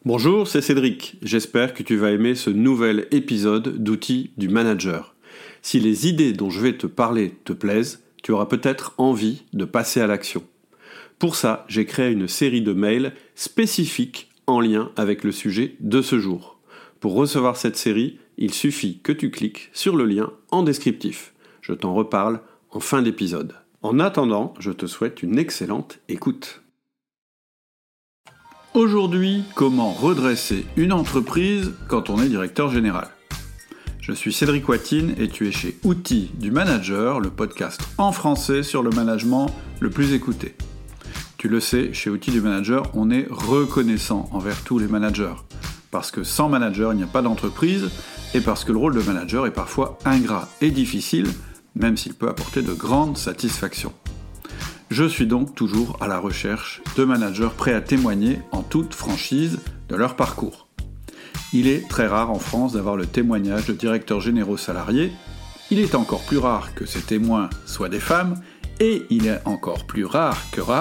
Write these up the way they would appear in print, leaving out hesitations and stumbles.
Bonjour, c'est Cédric. J'espère que tu vas aimer ce nouvel épisode d'Outils du Manager. Si les idées dont je vais te parler te plaisent, tu auras peut-être envie de passer à l'action. Pour ça, j'ai créé une série de mails spécifiques en lien avec le sujet de ce jour. Pour recevoir cette série, il suffit que tu cliques sur le lien en descriptif. Je t'en reparle en fin d'épisode. En attendant, je te souhaite une excellente écoute. Aujourd'hui, comment redresser une entreprise quand on est directeur général? Je suis Cédric Watine et tu es chez Outils du Manager, le podcast en français sur le management le plus écouté. Tu le sais, chez Outils du Manager, on est reconnaissant envers tous les managers. Parce que sans manager, il n'y a pas d'entreprise et parce que le rôle de manager est parfois ingrat et difficile, même s'il peut apporter de grandes satisfactions. Je suis donc toujours à la recherche de managers prêts à témoigner en toute franchise de leur parcours. Il est très rare en France d'avoir le témoignage de directeurs généraux salariés. Il est encore plus rare que ces témoins soient des femmes, et il est encore plus rare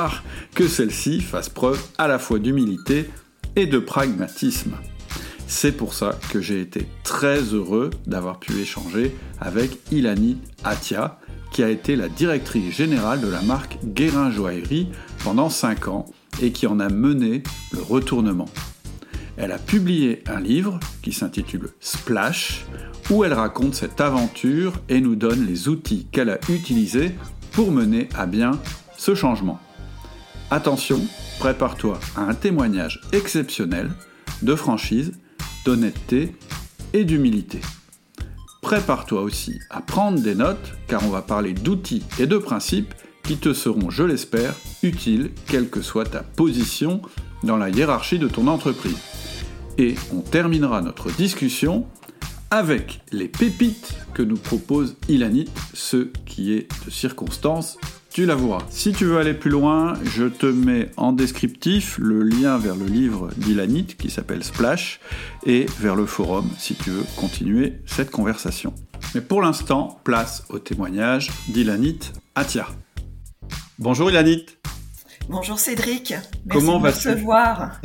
que celles-ci fassent preuve à la fois d'humilité et de pragmatisme. C'est pour ça que j'ai été très heureux d'avoir pu échanger avec Ilanit Attia, qui a été la directrice générale de la marque Guérin Joaillerie pendant 5 ans et qui en a mené le retournement. Elle a publié un livre qui s'intitule Splash, où elle raconte cette aventure et nous donne les outils qu'elle a utilisés pour mener à bien ce changement. Attention, prépare-toi à un témoignage exceptionnel de franchise, d'honnêteté et d'humilité. Prépare-toi aussi à prendre des notes, car on va parler d'outils et de principes qui te seront, je l'espère, utiles, quelle que soit ta position dans la hiérarchie de ton entreprise. Et on terminera notre discussion avec les pépites que nous propose Ilanit, ce qui est de circonstance, tu l'avoueras. Si tu veux aller plus loin, je te mets en descriptif le lien vers le livre d'Ilanit qui s'appelle Splash et vers le forum si tu veux continuer cette conversation. Mais pour l'instant, place au témoignage d'Ilanit Attia. Bonjour Ilanit. Bonjour Cédric, merci Comment de me recevoir.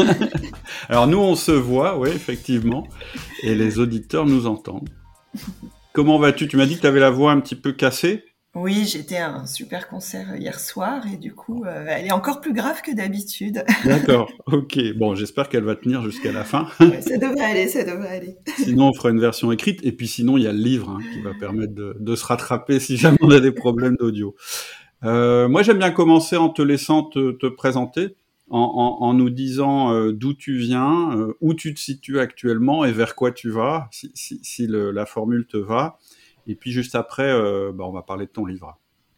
Alors nous on se voit, oui effectivement, et les auditeurs nous entendent. Comment vas-tu? Tu m'as dit que tu avais la voix un petit peu cassée. Oui, j'étais à un super concert hier soir et du coup, elle est encore plus grave que d'habitude. D'accord, ok. Bon, j'espère qu'elle va tenir jusqu'à la fin. Ouais, ça devrait aller. Sinon, on fera une version écrite. Et puis sinon, il y a le livre qui va permettre de se rattraper si jamais on a des problèmes d'audio. Moi, j'aime bien commencer en te laissant te présenter, en nous disant d'où tu viens, où tu te situes actuellement et vers quoi tu vas, si la formule te va. Et puis juste après, on va parler de ton livre.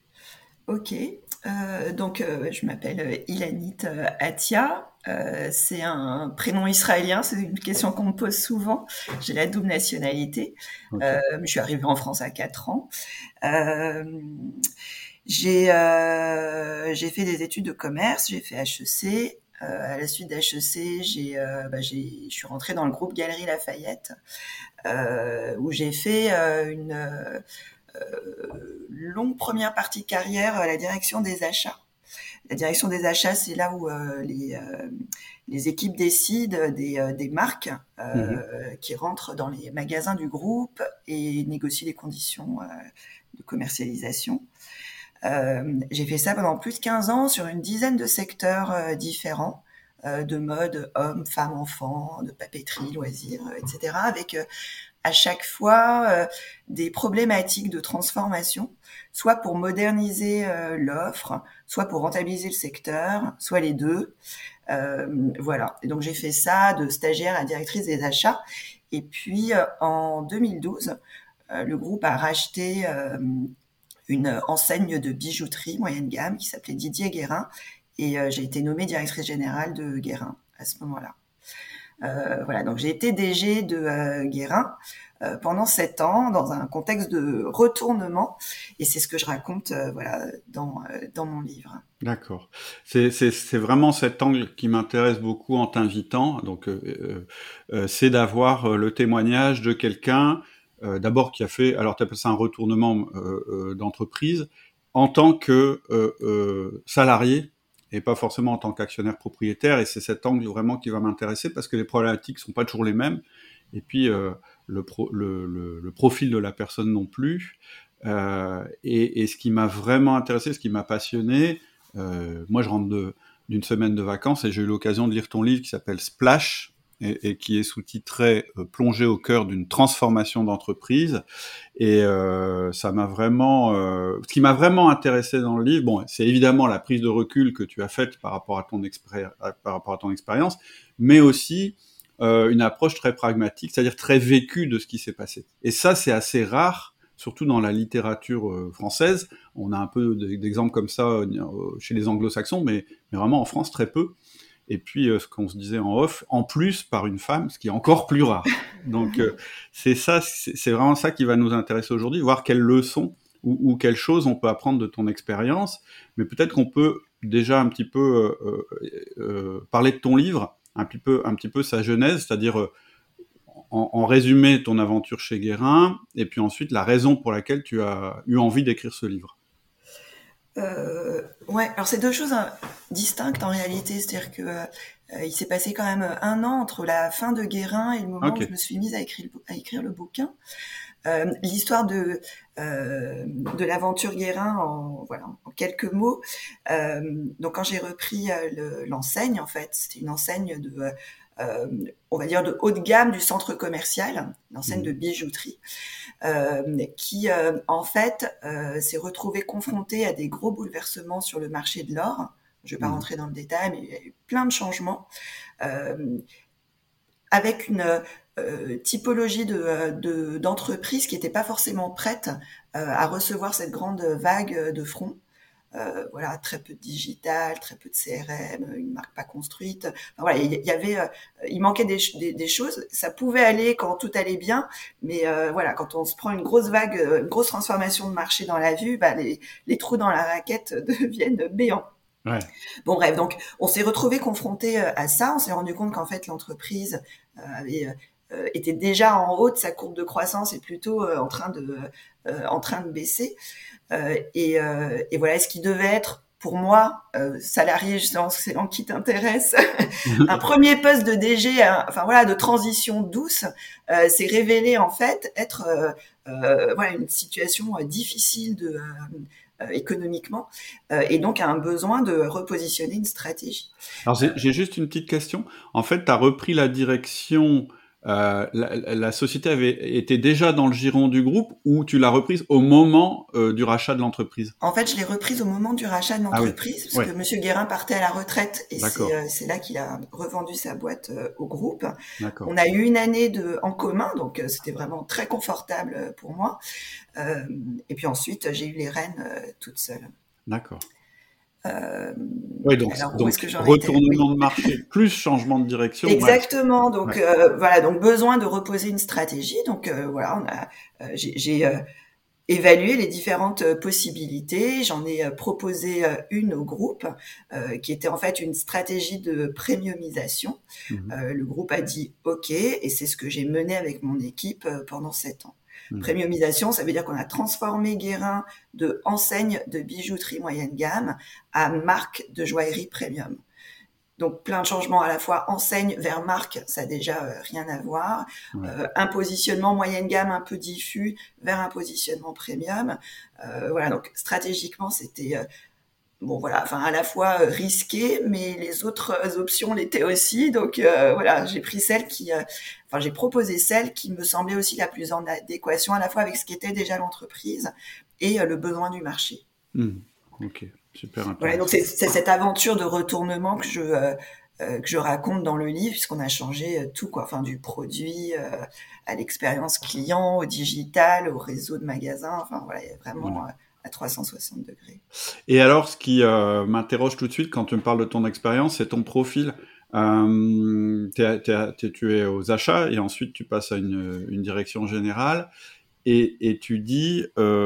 Ok, donc je m'appelle Ilanit Attia. C'est un prénom israélien, c'est une question qu'on me pose souvent. J'ai la double nationalité. Okay. Je suis arrivée en France à 4 ans. J'ai fait des études de commerce, j'ai fait HEC. À la suite d'HEC, je suis rentrée dans le groupe Galeries Lafayette, où j'ai fait une longue première partie de carrière à la direction des achats. La direction des achats, c'est là où les équipes décident des marques qui rentrent dans les magasins du groupe et négocient les conditions de commercialisation. J'ai fait ça pendant plus de 15 ans sur une dizaine de secteurs différents, de mode, hommes, femmes, enfants, de papeterie, loisirs, etc. avec à chaque fois des problématiques de transformation, soit pour moderniser l'offre, soit pour rentabiliser le secteur, soit les deux. Voilà. Et donc j'ai fait ça de stagiaire à directrice des achats. Et puis en 2012, le groupe a racheté une enseigne de bijouterie moyenne gamme qui s'appelait Didier Guérin. Et j'ai été nommée directrice générale de Guérin à ce moment-là. Voilà, donc j'ai été DG de Guérin pendant 7 ans dans un contexte de retournement et c'est ce que je raconte dans mon livre. D'accord. C'est vraiment cet angle qui m'intéresse beaucoup en t'invitant. Donc, c'est d'avoir le témoignage de quelqu'un d'abord qui a fait, alors tu appelles ça un retournement d'entreprise, en tant que salarié et pas forcément en tant qu'actionnaire propriétaire. Et c'est cet angle vraiment qui va m'intéresser parce que les problématiques sont pas toujours les mêmes. Et puis le profil de la personne non plus. Et ce qui m'a vraiment intéressé, ce qui m'a passionné, moi je rentre d'une semaine de vacances et j'ai eu l'occasion de lire ton livre qui s'appelle Splash et qui est sous-titré Plongé au cœur d'une transformation d'entreprise. Et ça m'a vraiment, ce qui m'a vraiment intéressé dans le livre, bon, c'est évidemment la prise de recul que tu as faite par rapport à ton expérience, mais aussi une approche très pragmatique, c'est-à-dire très vécue de ce qui s'est passé. Et ça, c'est assez rare, surtout dans la littérature française. On a un peu d'exemples comme ça chez les anglo-saxons, mais vraiment en France, très peu. Et puis, ce qu'on se disait en off, en plus par une femme, ce qui est encore plus rare. Donc, c'est vraiment ça qui va nous intéresser aujourd'hui, voir quelles leçons ou quelles choses on peut apprendre de ton expérience. Mais peut-être qu'on peut déjà un petit peu parler de ton livre, un petit peu sa genèse, c'est-à-dire en résumé ton aventure chez Guérin, et puis ensuite la raison pour laquelle tu as eu envie d'écrire ce livre. Ouais, alors c'est deux choses distinctes en réalité, c'est-à-dire que il s'est passé quand même 1 an entre la fin de Guérin et le moment où je me suis mise à écrire le bouquin. L'histoire de l'aventure Guérin en quelques mots. Donc quand j'ai repris l'enseigne, en fait, c'était une enseigne on va dire de haut de gamme du centre commercial, une enseigne de bijouterie, qui en fait s'est retrouvée confrontée à des gros bouleversements sur le marché de l'or. Je ne vais pas rentrer dans le détail, mais il y a eu plein de changements, avec une typologie d'entreprise qui n'était pas forcément prête à recevoir cette grande vague de front. Voilà, très peu de digital, très peu de CRM, une marque pas construite. Enfin, voilà, il manquait des choses. Ça pouvait aller quand tout allait bien, mais voilà, quand on se prend une grosse vague, une grosse transformation de marché dans la vue, les trous dans la raquette deviennent béants. Ouais. Bon bref, donc on s'est retrouvé confronté à ça. On s'est rendu compte qu'en fait l'entreprise était déjà en haut de sa courbe de croissance et plutôt en train de baisser. Et voilà, ce qui devait être pour moi, salarié, justement, c'est en qui t'intéresse, un premier poste de DG, de transition douce, s'est révélé en fait être une situation difficile économiquement, et donc a un besoin de repositionner une stratégie. Alors j'ai juste une petite question. En fait, tu as repris la direction. La société avait été déjà dans le giron du groupe ou tu l'as reprise au moment du rachat de l'entreprise? En fait, je l'ai reprise au moment du rachat de l'entreprise, parce que Monsieur Guérin partait à la retraite et c'est là qu'il a revendu sa boîte au groupe. D'accord. On a eu une année en commun, donc c'était vraiment très confortable pour moi. Et puis ensuite, j'ai eu les rênes toute seule. D'accord. Oui, donc retournement de marché plus changement de direction. Exactement. Donc donc besoin de reposer une stratégie. Donc j'ai évalué les différentes possibilités. J'en ai proposé une au groupe qui était en fait une stratégie de premiumisation. Le groupe a dit OK et c'est ce que j'ai mené avec mon équipe pendant 7 ans. Premiumisation, ça veut dire qu'on a transformé Guérin de enseigne de bijouterie moyenne gamme à marque de joaillerie premium. Donc plein de changements à la fois enseigne vers marque, ça a déjà rien à voir. Un positionnement moyenne gamme un peu diffus vers un positionnement premium. Donc stratégiquement c'était à la fois risqué, mais les autres options l'étaient aussi. Donc j'ai pris j'ai proposé celle qui me semblait aussi la plus en adéquation à la fois avec ce qu'était déjà l'entreprise et le besoin du marché. Ok, super intéressant. Voilà, donc c'est cette aventure de retournement que je raconte dans le livre, puisqu'on a changé tout, du produit à l'expérience client, au digital, au réseau de magasins. Il y a vraiment à 360 degrés. Et alors, ce qui m'interroge tout de suite quand tu me parles de ton expérience, c'est ton profil. Tu es aux achats et ensuite tu passes à une direction générale et tu dis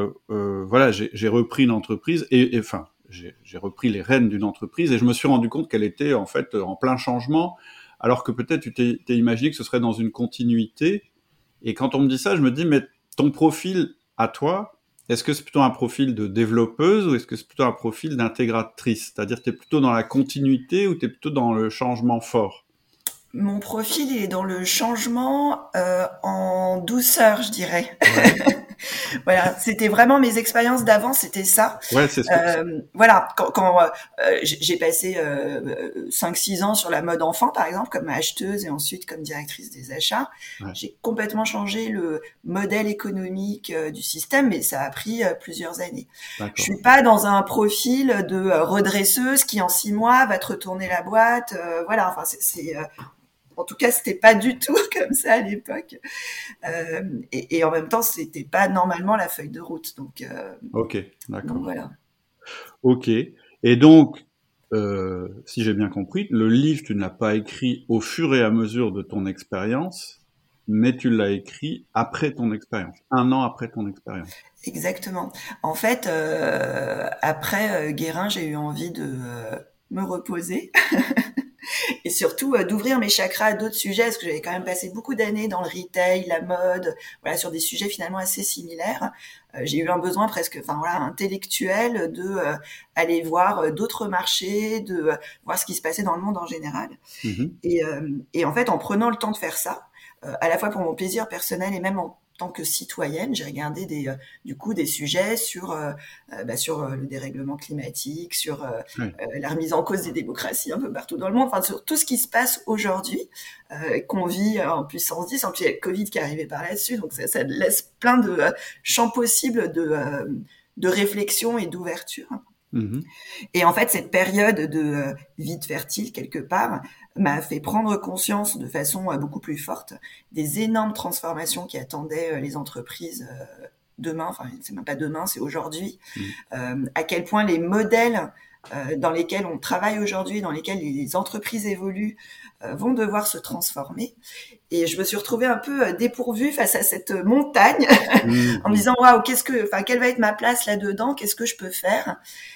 j'ai repris une entreprise j'ai repris les rênes d'une entreprise et je me suis rendu compte qu'elle était en fait en plein changement alors que peut-être tu t'es imaginé que ce serait dans une continuité. Et quand on me dit ça, je me dis mais ton profil à toi, est-ce que c'est plutôt un profil de développeuse ou est-ce que c'est plutôt un profil d'intégratrice? C'est-à-dire que tu es plutôt dans la continuité ou tu es plutôt dans le changement fort? Mon profil il est dans le changement en douceur, je dirais. Ouais. Voilà, c'était vraiment mes expériences d'avant, c'était ça. Ouais, c'est ce que... Voilà, quand j'ai passé 5-6 ans sur la mode enfant, par exemple, comme acheteuse et ensuite comme directrice des achats, Ouais. j'ai complètement changé le modèle économique du système, mais ça a pris plusieurs années. Je D'accord. suis pas dans un profil de redresseuse qui en 6 mois va te retourner la boîte. Voilà, enfin en tout cas, c'était pas du tout comme ça à l'époque. Et en même temps, c'était pas normalement la feuille de route. Donc Ok, d'accord. voilà. Ok. Et donc, si j'ai bien compris, le livre, tu ne l'as pas écrit au fur et à mesure de ton expérience, mais tu l'as écrit après ton expérience, 1 an après ton expérience. Exactement. En fait, après Guérin, j'ai eu envie de me reposer et surtout d'ouvrir mes chakras à d'autres sujets, parce que j'avais quand même passé beaucoup d'années dans le retail, la mode, voilà, sur des sujets finalement assez similaires. J'ai eu un besoin presque, enfin voilà, intellectuel de aller voir d'autres marchés, de voir ce qui se passait dans le monde en général. Mhm. Et en fait, en prenant le temps de faire ça, à la fois pour mon plaisir personnel et même en tant que citoyenne, j'ai regardé du coup des sujets sur le dérèglement climatique, sur Ouais. la remise en cause des démocraties un peu partout dans le monde, enfin sur tout ce qui se passe aujourd'hui, qu'on vit en puissance 10, en plus il y a le Covid qui est arrivé par là-dessus, donc ça laisse plein de champs possibles de réflexion et d'ouverture. Mhm. Et en fait, cette période de vide fertile, quelque part, m'a fait prendre conscience de façon beaucoup plus forte des énormes transformations qui attendaient les entreprises demain, enfin, c'est même pas demain, c'est aujourd'hui, à quel point les modèles dans lesquels on travaille aujourd'hui, dans lesquels les entreprises évoluent, vont devoir se transformer. Et je me suis retrouvée un peu dépourvue face à cette montagne, en me Mhm. disant waouh, quelle va être ma place là-dedans, qu'est-ce que je peux faire.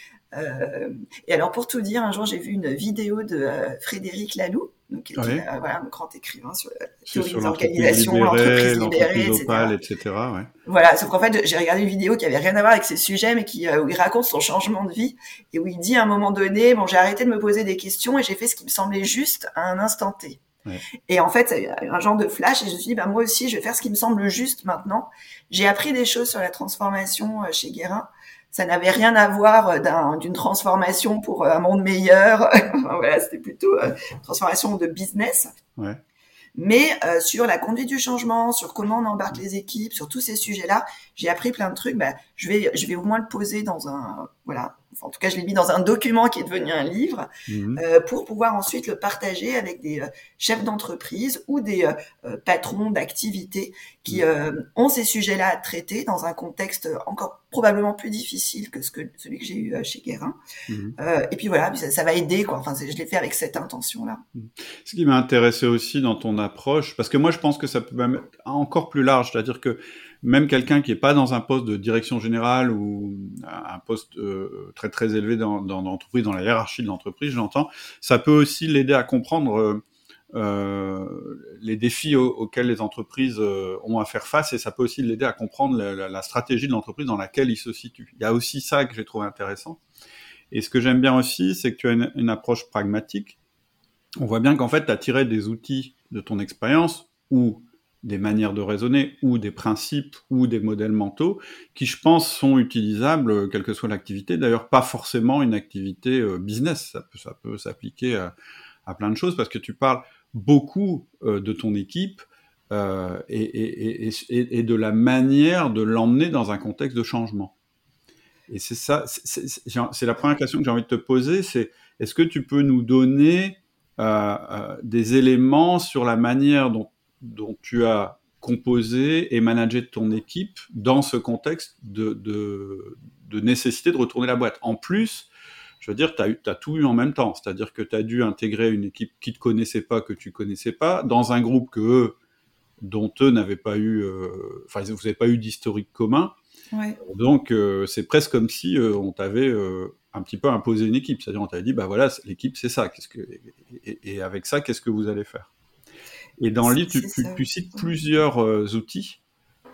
Et alors pour tout dire, un jour j'ai vu une vidéo de Frédéric Laloux, donc, qui est Ouais. voilà, un grand écrivain sur la C'est théorie sur des l'entreprise organisations, libérée, l'entreprise libérée, l'entreprise etc. opale, etc. Ouais. Voilà, sauf qu'en fait j'ai regardé une vidéo qui avait rien à voir avec ces sujets, mais où il raconte son changement de vie et où il dit à un moment donné, bon j'ai arrêté de me poser des questions et j'ai fait ce qui me semblait juste à un instant T. Ouais. Et en fait, c'est un genre de flash et je me suis dit, bah, moi aussi, je vais faire ce qui me semble juste maintenant. J'ai appris des choses sur la transformation chez Guérin. Ça n'avait rien à voir d'une transformation pour un monde meilleur. Voilà, c'était plutôt une transformation de business. Ouais. Mais sur la conduite du changement, sur comment on embarque les équipes, sur tous ces sujets-là, j'ai appris plein de trucs. Bah, je vais au moins le poser dans voilà. Enfin, en tout cas, je l'ai mis dans un document qui est devenu un livre Mhm. pour pouvoir ensuite le partager avec des chefs d'entreprise ou des patrons d'activités qui ont ces sujets-là à traiter dans un contexte encore probablement plus difficile que celui que j'ai eu chez Guérin. Mhm. Et puis voilà, puis ça va aider, quoi. Enfin, je l'ai fait avec cette intention-là. Ce qui m'a intéressé aussi dans ton approche, parce que moi je pense que ça peut même être encore plus large, c'est-à-dire que même quelqu'un qui n'est pas dans un poste de direction générale ou un poste très très élevé dans l'entreprise, dans la hiérarchie de l'entreprise, j'entends, ça peut aussi l'aider à comprendre les défis auxquels les entreprises ont à faire face, et ça peut aussi l'aider à comprendre la stratégie de l'entreprise dans laquelle il se situe. Il y a aussi ça que j'ai trouvé intéressant. Et ce que j'aime bien aussi, c'est que tu as une approche pragmatique. On voit bien qu'en fait, tu as tiré des outils de ton expérience ou des manières de raisonner ou des principes ou des modèles mentaux qui, je pense, sont utilisables quelle que soit l'activité. D'ailleurs, pas forcément une activité business. Ça peut s'appliquer à plein de choses parce que tu parles beaucoup de ton équipe et de la manière de l'emmener dans un contexte de changement. Et c'est ça, c'est la première question que j'ai envie de te poser, c'est est-ce que tu peux nous donner des éléments sur la manière dont tu as composé et managé ton équipe dans ce contexte de nécessité de retourner la boîte. En plus, je veux dire, tu as tout eu en même temps, c'est-à-dire que tu as dû intégrer une équipe qui ne te connaissait pas, que tu ne connaissais pas, dans un groupe dont eux n'avaient pas eu, vous n'avez pas eu d'historique commun. Ouais. Donc, c'est presque comme si on t'avait un petit peu imposé une équipe. C'est-à-dire, on t'avait dit, bah voilà, l'équipe, c'est ça. Et avec ça, qu'est-ce que vous allez faire? Et dans le livre, C'est ça. tu cites plusieurs outils.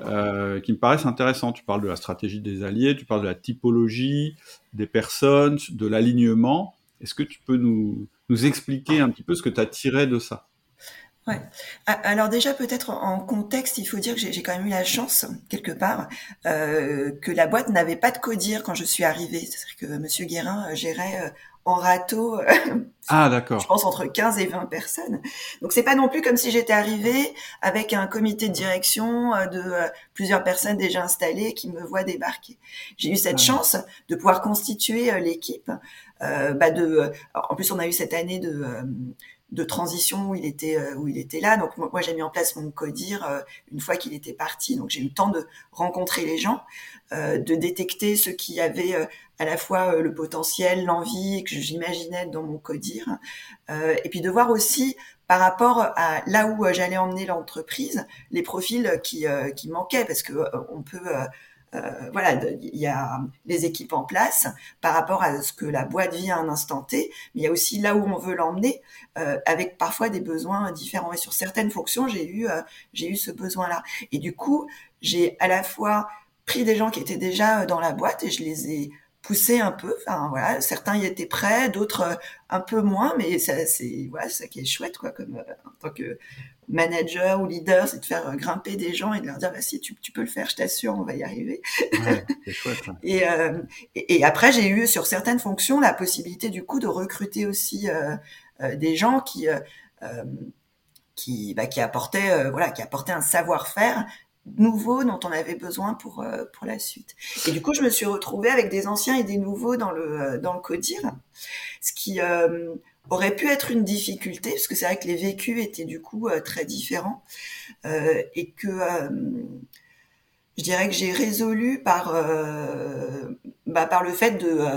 qui me paraissent intéressants. Tu parles de la stratégie des alliés, tu parles de la typologie des personnes, de l'alignement. Est-ce que tu peux nous expliquer un petit peu ce que tu as tiré de ça? Ouais. Alors déjà peut-être en contexte, il faut dire que j'ai quand même eu la chance quelque part que la boîte n'avait pas de codir quand je suis arrivée. C'est-à-dire que Monsieur Guérin gérait en râteau, Ah, je d'accord. pense entre 15 et 20 personnes. Donc c'est pas non plus comme si j'étais arrivée avec un comité de direction de plusieurs personnes déjà installées qui me voient débarquer. J'ai eu cette chance de pouvoir constituer l'équipe. En plus on a eu cette année de transition où il était là. Donc moi j'ai mis en place mon codir une fois qu'il était parti. Donc j'ai eu le temps de rencontrer les gens, de détecter ceux qui avaient à la fois le potentiel, l'envie que j'imaginais dans mon codir, et puis de voir aussi par rapport à là où j'allais emmener l'entreprise, les profils qui manquaient, parce que on peut voilà, il y a les équipes en place par rapport à ce que la boîte vit à un instant T, mais il y a aussi là où on veut l'emmener, avec parfois des besoins différents. Et sur certaines fonctions, j'ai eu ce besoin-là. Et du coup, j'ai à la fois pris des gens qui étaient déjà dans la boîte et je les ai poussés un peu. Enfin voilà, certains y étaient prêts, d'autres un peu moins, mais c'est ça qui est chouette quoi, comme en tant que manager ou leader, c'est de faire grimper des gens et de leur dire bah si tu peux le faire, je t'assure, on va y arriver. Ouais, c'est chouette. Et après j'ai eu sur certaines fonctions la possibilité du coup de recruter aussi des gens qui apportaient un savoir-faire nouveau dont on avait besoin pour la suite. Et du coup, je me suis retrouvée avec des anciens et des nouveaux dans le codir, ce qui aurait pu être une difficulté parce que c'est vrai que les vécus étaient du coup très différents et que je dirais que j'ai résolu par le fait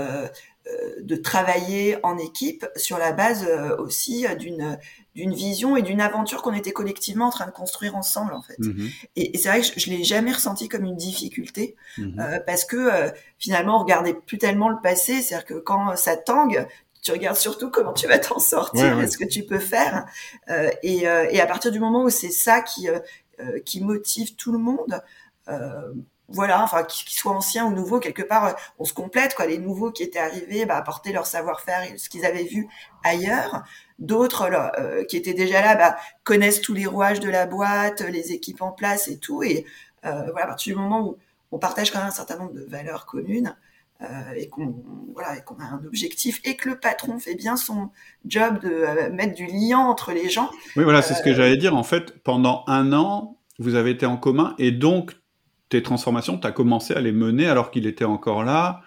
de travailler en équipe sur la base aussi d'une vision et d'une aventure qu'on était collectivement en train de construire ensemble en fait. Mmh. Et c'est vrai que je l'ai jamais ressenti comme une difficulté Mmh. parce que finalement on regardait plus tellement le passé, c'est-à-dire que quand ça tangue, tu regardes surtout comment tu vas t'en sortir et ce que tu peux faire. Et à partir du moment où c'est ça qui motive tout le monde, voilà, enfin qu'ils soient anciens ou nouveaux, quelque part on se complète quoi. Les nouveaux qui étaient arrivés apportaient leur savoir-faire et ce qu'ils avaient vu ailleurs. D'autres qui étaient déjà là connaissent tous les rouages de la boîte, les équipes en place et tout. Et voilà, à partir du moment où on partage quand même un certain nombre de valeurs communes et qu'on a un objectif et que le patron fait bien son job de mettre du lien entre les gens. Oui, voilà, c'est ce que j'allais dire. En fait, pendant 1 an, vous avez été en commun et donc tes transformations, tu as commencé à les mener alors qu'il était encore là.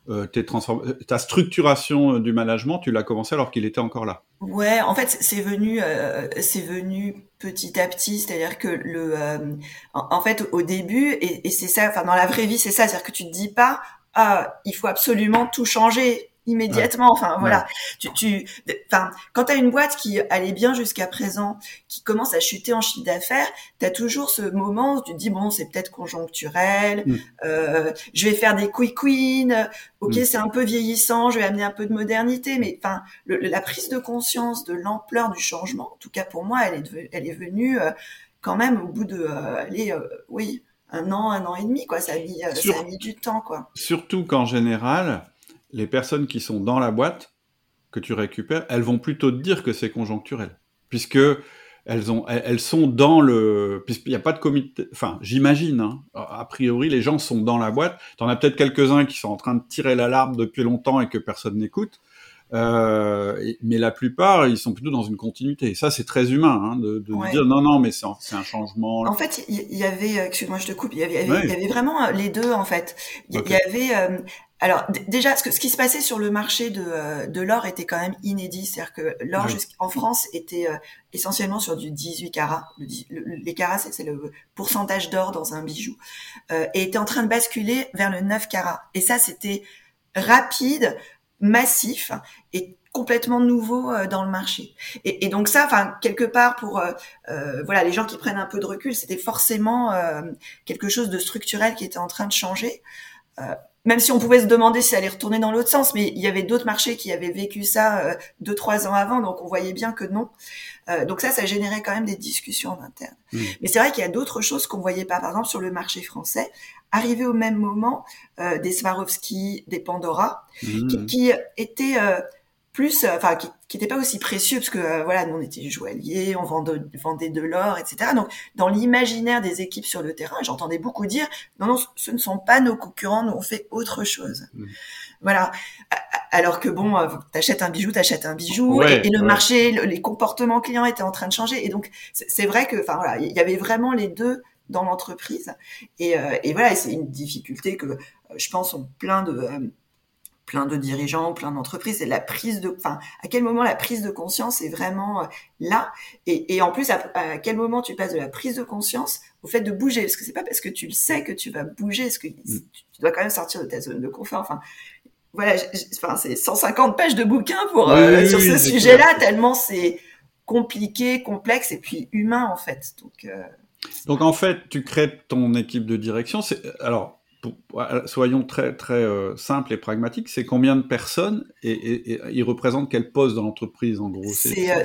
Ta structuration du management, tu l'as commencé alors qu'il était encore là. Ouais, en fait, c'est venu petit à petit, c'est-à-dire que en fait, au début, et c'est ça, enfin, dans la vraie vie, c'est ça, c'est-à-dire que tu te dis pas, il faut absolument tout changer immédiatement, enfin, voilà. Enfin, quand t'as une boîte qui allait bien jusqu'à présent, qui commence à chuter en chiffre d'affaires, t'as toujours ce moment où tu te dis, bon, c'est peut-être conjoncturel, je vais faire des quick wins, ok, c'est un peu vieillissant, je vais amener un peu de modernité, mais enfin, la prise de conscience de l'ampleur du changement, en tout cas pour moi, elle est venue quand même au bout de, oui, 1 an et demi, quoi. Ça a mis du temps, quoi. Surtout qu'en général, les personnes qui sont dans la boîte que tu récupères, elles vont plutôt te dire que c'est conjoncturel, puisque elles sont dans le, puisqu'il n'y a pas de comité, enfin, j'imagine, hein, a priori, les gens sont dans la boîte. T'en as peut-être quelques-uns qui sont en train de tirer l'alarme depuis longtemps et que personne n'écoute. Mais la plupart, ils sont plutôt dans une continuité. Et ça, c'est très humain, hein, de dire non, mais c'est un changement. En fait, il y avait, excuse-moi, je te coupe, il y avait vraiment les deux, en fait. Il y avait, alors déjà, ce qui se passait sur le marché de l'or était quand même inédit, c'est-à-dire que l'or en France était essentiellement sur du 18 carats. Les carats, c'est le pourcentage d'or dans un bijou, et était en train de basculer vers le 9 carats. Et ça, c'était rapide, massif et complètement nouveau dans le marché. Et donc ça, enfin quelque part pour voilà, les gens qui prennent un peu de recul, c'était forcément quelque chose de structurel qui était en train de changer. Même si on pouvait se demander si ça allait retourner dans l'autre sens, mais il y avait d'autres marchés qui avaient vécu ça 2-3 ans avant, donc on voyait bien que non. Donc ça générait quand même des discussions en interne. Mais c'est vrai qu'il y a d'autres choses qu'on voyait pas. Par exemple, sur le marché français, arrivé au même moment, des Swarovski, des Pandora, qui étaient plus, enfin, qui n'étaient pas aussi précieux, parce que voilà, nous on était joailliers, on vendait de l'or, etc. Donc, dans l'imaginaire des équipes sur le terrain, j'entendais beaucoup dire, non, ce ne sont pas nos concurrents, nous on fait autre chose. Voilà. Alors que bon, t'achètes un bijou, et le marché, les comportements clients étaient en train de changer, et donc c'est vrai que, enfin voilà, il y avait vraiment les deux dans l'entreprise, et voilà, et c'est une difficulté que je pense ont plein de dirigeants, plein d'entreprises, c'est à quel moment la prise de conscience est vraiment là, et en plus à quel moment tu passes de la prise de conscience au fait de bouger, parce que c'est pas parce que tu le sais que tu vas bouger, parce que tu dois quand même sortir de ta zone de confort. Enfin voilà, c'est 150 pages de bouquin sur ce sujet-là, tellement c'est compliqué, complexe et puis humain en fait. Donc en fait, tu crées ton équipe de direction. Alors, soyons très très simples et pragmatiques. C'est combien de personnes et ils représentent quel poste dans l'entreprise en gros? C'est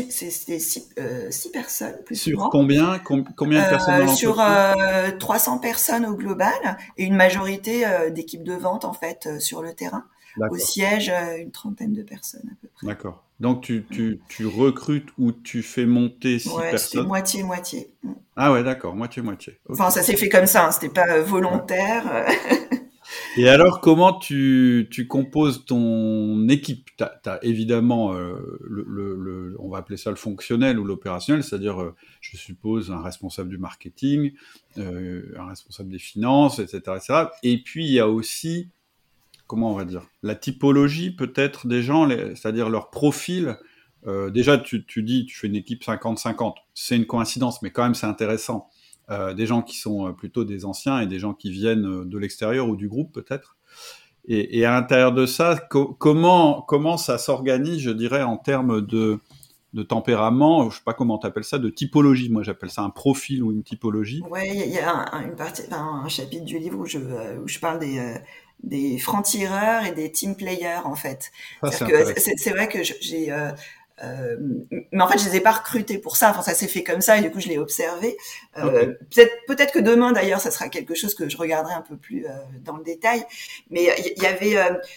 6 personnes plus sur souvent. Combien de personnes dans l'entreprise? Sur 300 personnes au global, et une majorité d'équipes de vente en fait sur le terrain. D'accord. Au siège, une trentaine de personnes à peu près. D'accord. Donc tu recrutes ou tu fais monter 6 personnes? C'était moitié-moitié. Ah ouais, d'accord, moitié-moitié. Okay. Enfin, ça s'est fait comme ça, hein, c'était pas volontaire. Et alors, comment tu composes ton équipe? T'as évidemment on va appeler ça le fonctionnel ou l'opérationnel, c'est-à-dire, je suppose, un responsable du marketing, un responsable des finances, etc., etc. Et puis, il y a aussi, comment on va dire, la typologie peut-être des gens, c'est-à-dire leur profil. Déjà, tu dis, tu fais une équipe 50-50. C'est une coïncidence, mais quand même, c'est intéressant. Des gens qui sont plutôt des anciens et des gens qui viennent de l'extérieur ou du groupe, peut-être. Et à l'intérieur de ça, comment ça s'organise, je dirais, en termes de tempérament, je sais pas comment t'appelles ça, de typologie. Moi, j'appelle ça un profil ou une typologie. Ouais, il y a une partie, un chapitre du livre où je parle des francs-tireurs et des team players en fait. C'est vrai que j'ai mais en fait, je les ai pas recrutés pour ça. Enfin, ça s'est fait comme ça et du coup, je l'ai observé. Okay. Peut-être que demain, d'ailleurs, ça sera quelque chose que je regarderai un peu plus dans le détail. Mais il y avait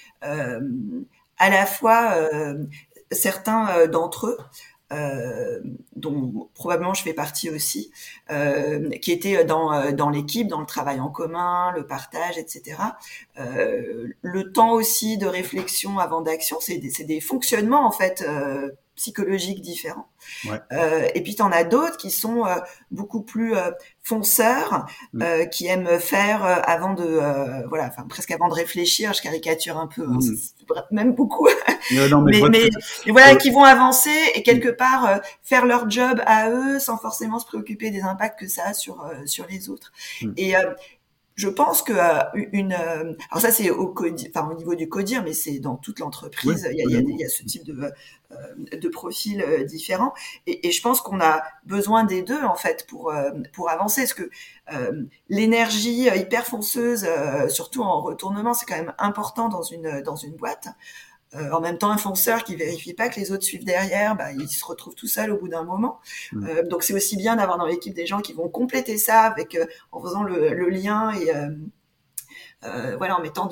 à la fois certains d'entre eux, dont probablement je fais partie aussi, qui étaient dans l'équipe, dans le travail en commun, le partage, etc. Le temps aussi de réflexion avant d'action, c'est des fonctionnements en fait psychologiques différents. Ouais. Et puis t'en as d'autres qui sont beaucoup plus fonceurs, qui aiment faire avant de presque avant de réfléchir. Je caricature un peu, hein, même beaucoup. mais voilà, qui vont avancer et quelque part faire leur job à eux sans forcément se préoccuper des impacts que ça a sur les autres. Et je pense que alors ça c'est au niveau du codir, mais c'est dans toute l'entreprise. Il y a ce type de profil différent, et je pense qu'on a besoin des deux en fait pour avancer, parce que l'énergie hyper fonceuse, surtout en retournement, c'est quand même important dans une boîte. En même temps, un fonceur qui vérifie pas que les autres suivent derrière, il se retrouve tout seul au bout d'un moment. Donc c'est aussi bien d'avoir dans l'équipe des gens qui vont compléter ça avec en faisant le lien et en mettant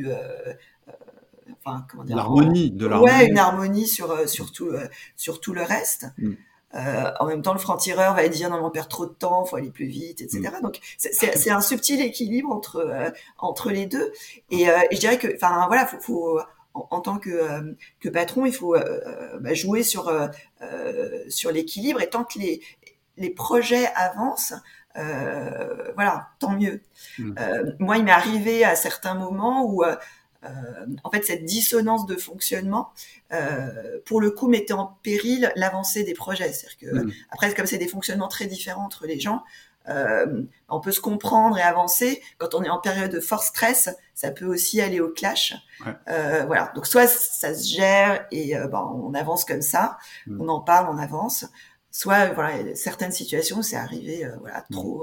comment dire, l'harmonie une harmonie sur tout le reste. En même temps, le franc-tireur va dire non, on perd trop de temps, faut aller plus vite, etc. Donc c'est un subtil équilibre entre les deux. Et je dirais que faut en tant que patron, il faut jouer sur l'équilibre, et tant que les projets avancent, tant mieux. Moi, il m'est arrivé à certains moments où en fait, cette dissonance de fonctionnement, pour le coup, mettait en péril l'avancée des projets. C'est-à-dire que après, comme c'est des fonctionnements très différents entre les gens, on peut se comprendre et avancer. Quand on est en période de fort stress, ça peut aussi aller au clash. Donc soit ça se gère et on avance comme ça, on en parle, on avance. Soit certaines situations, c'est arrivé trop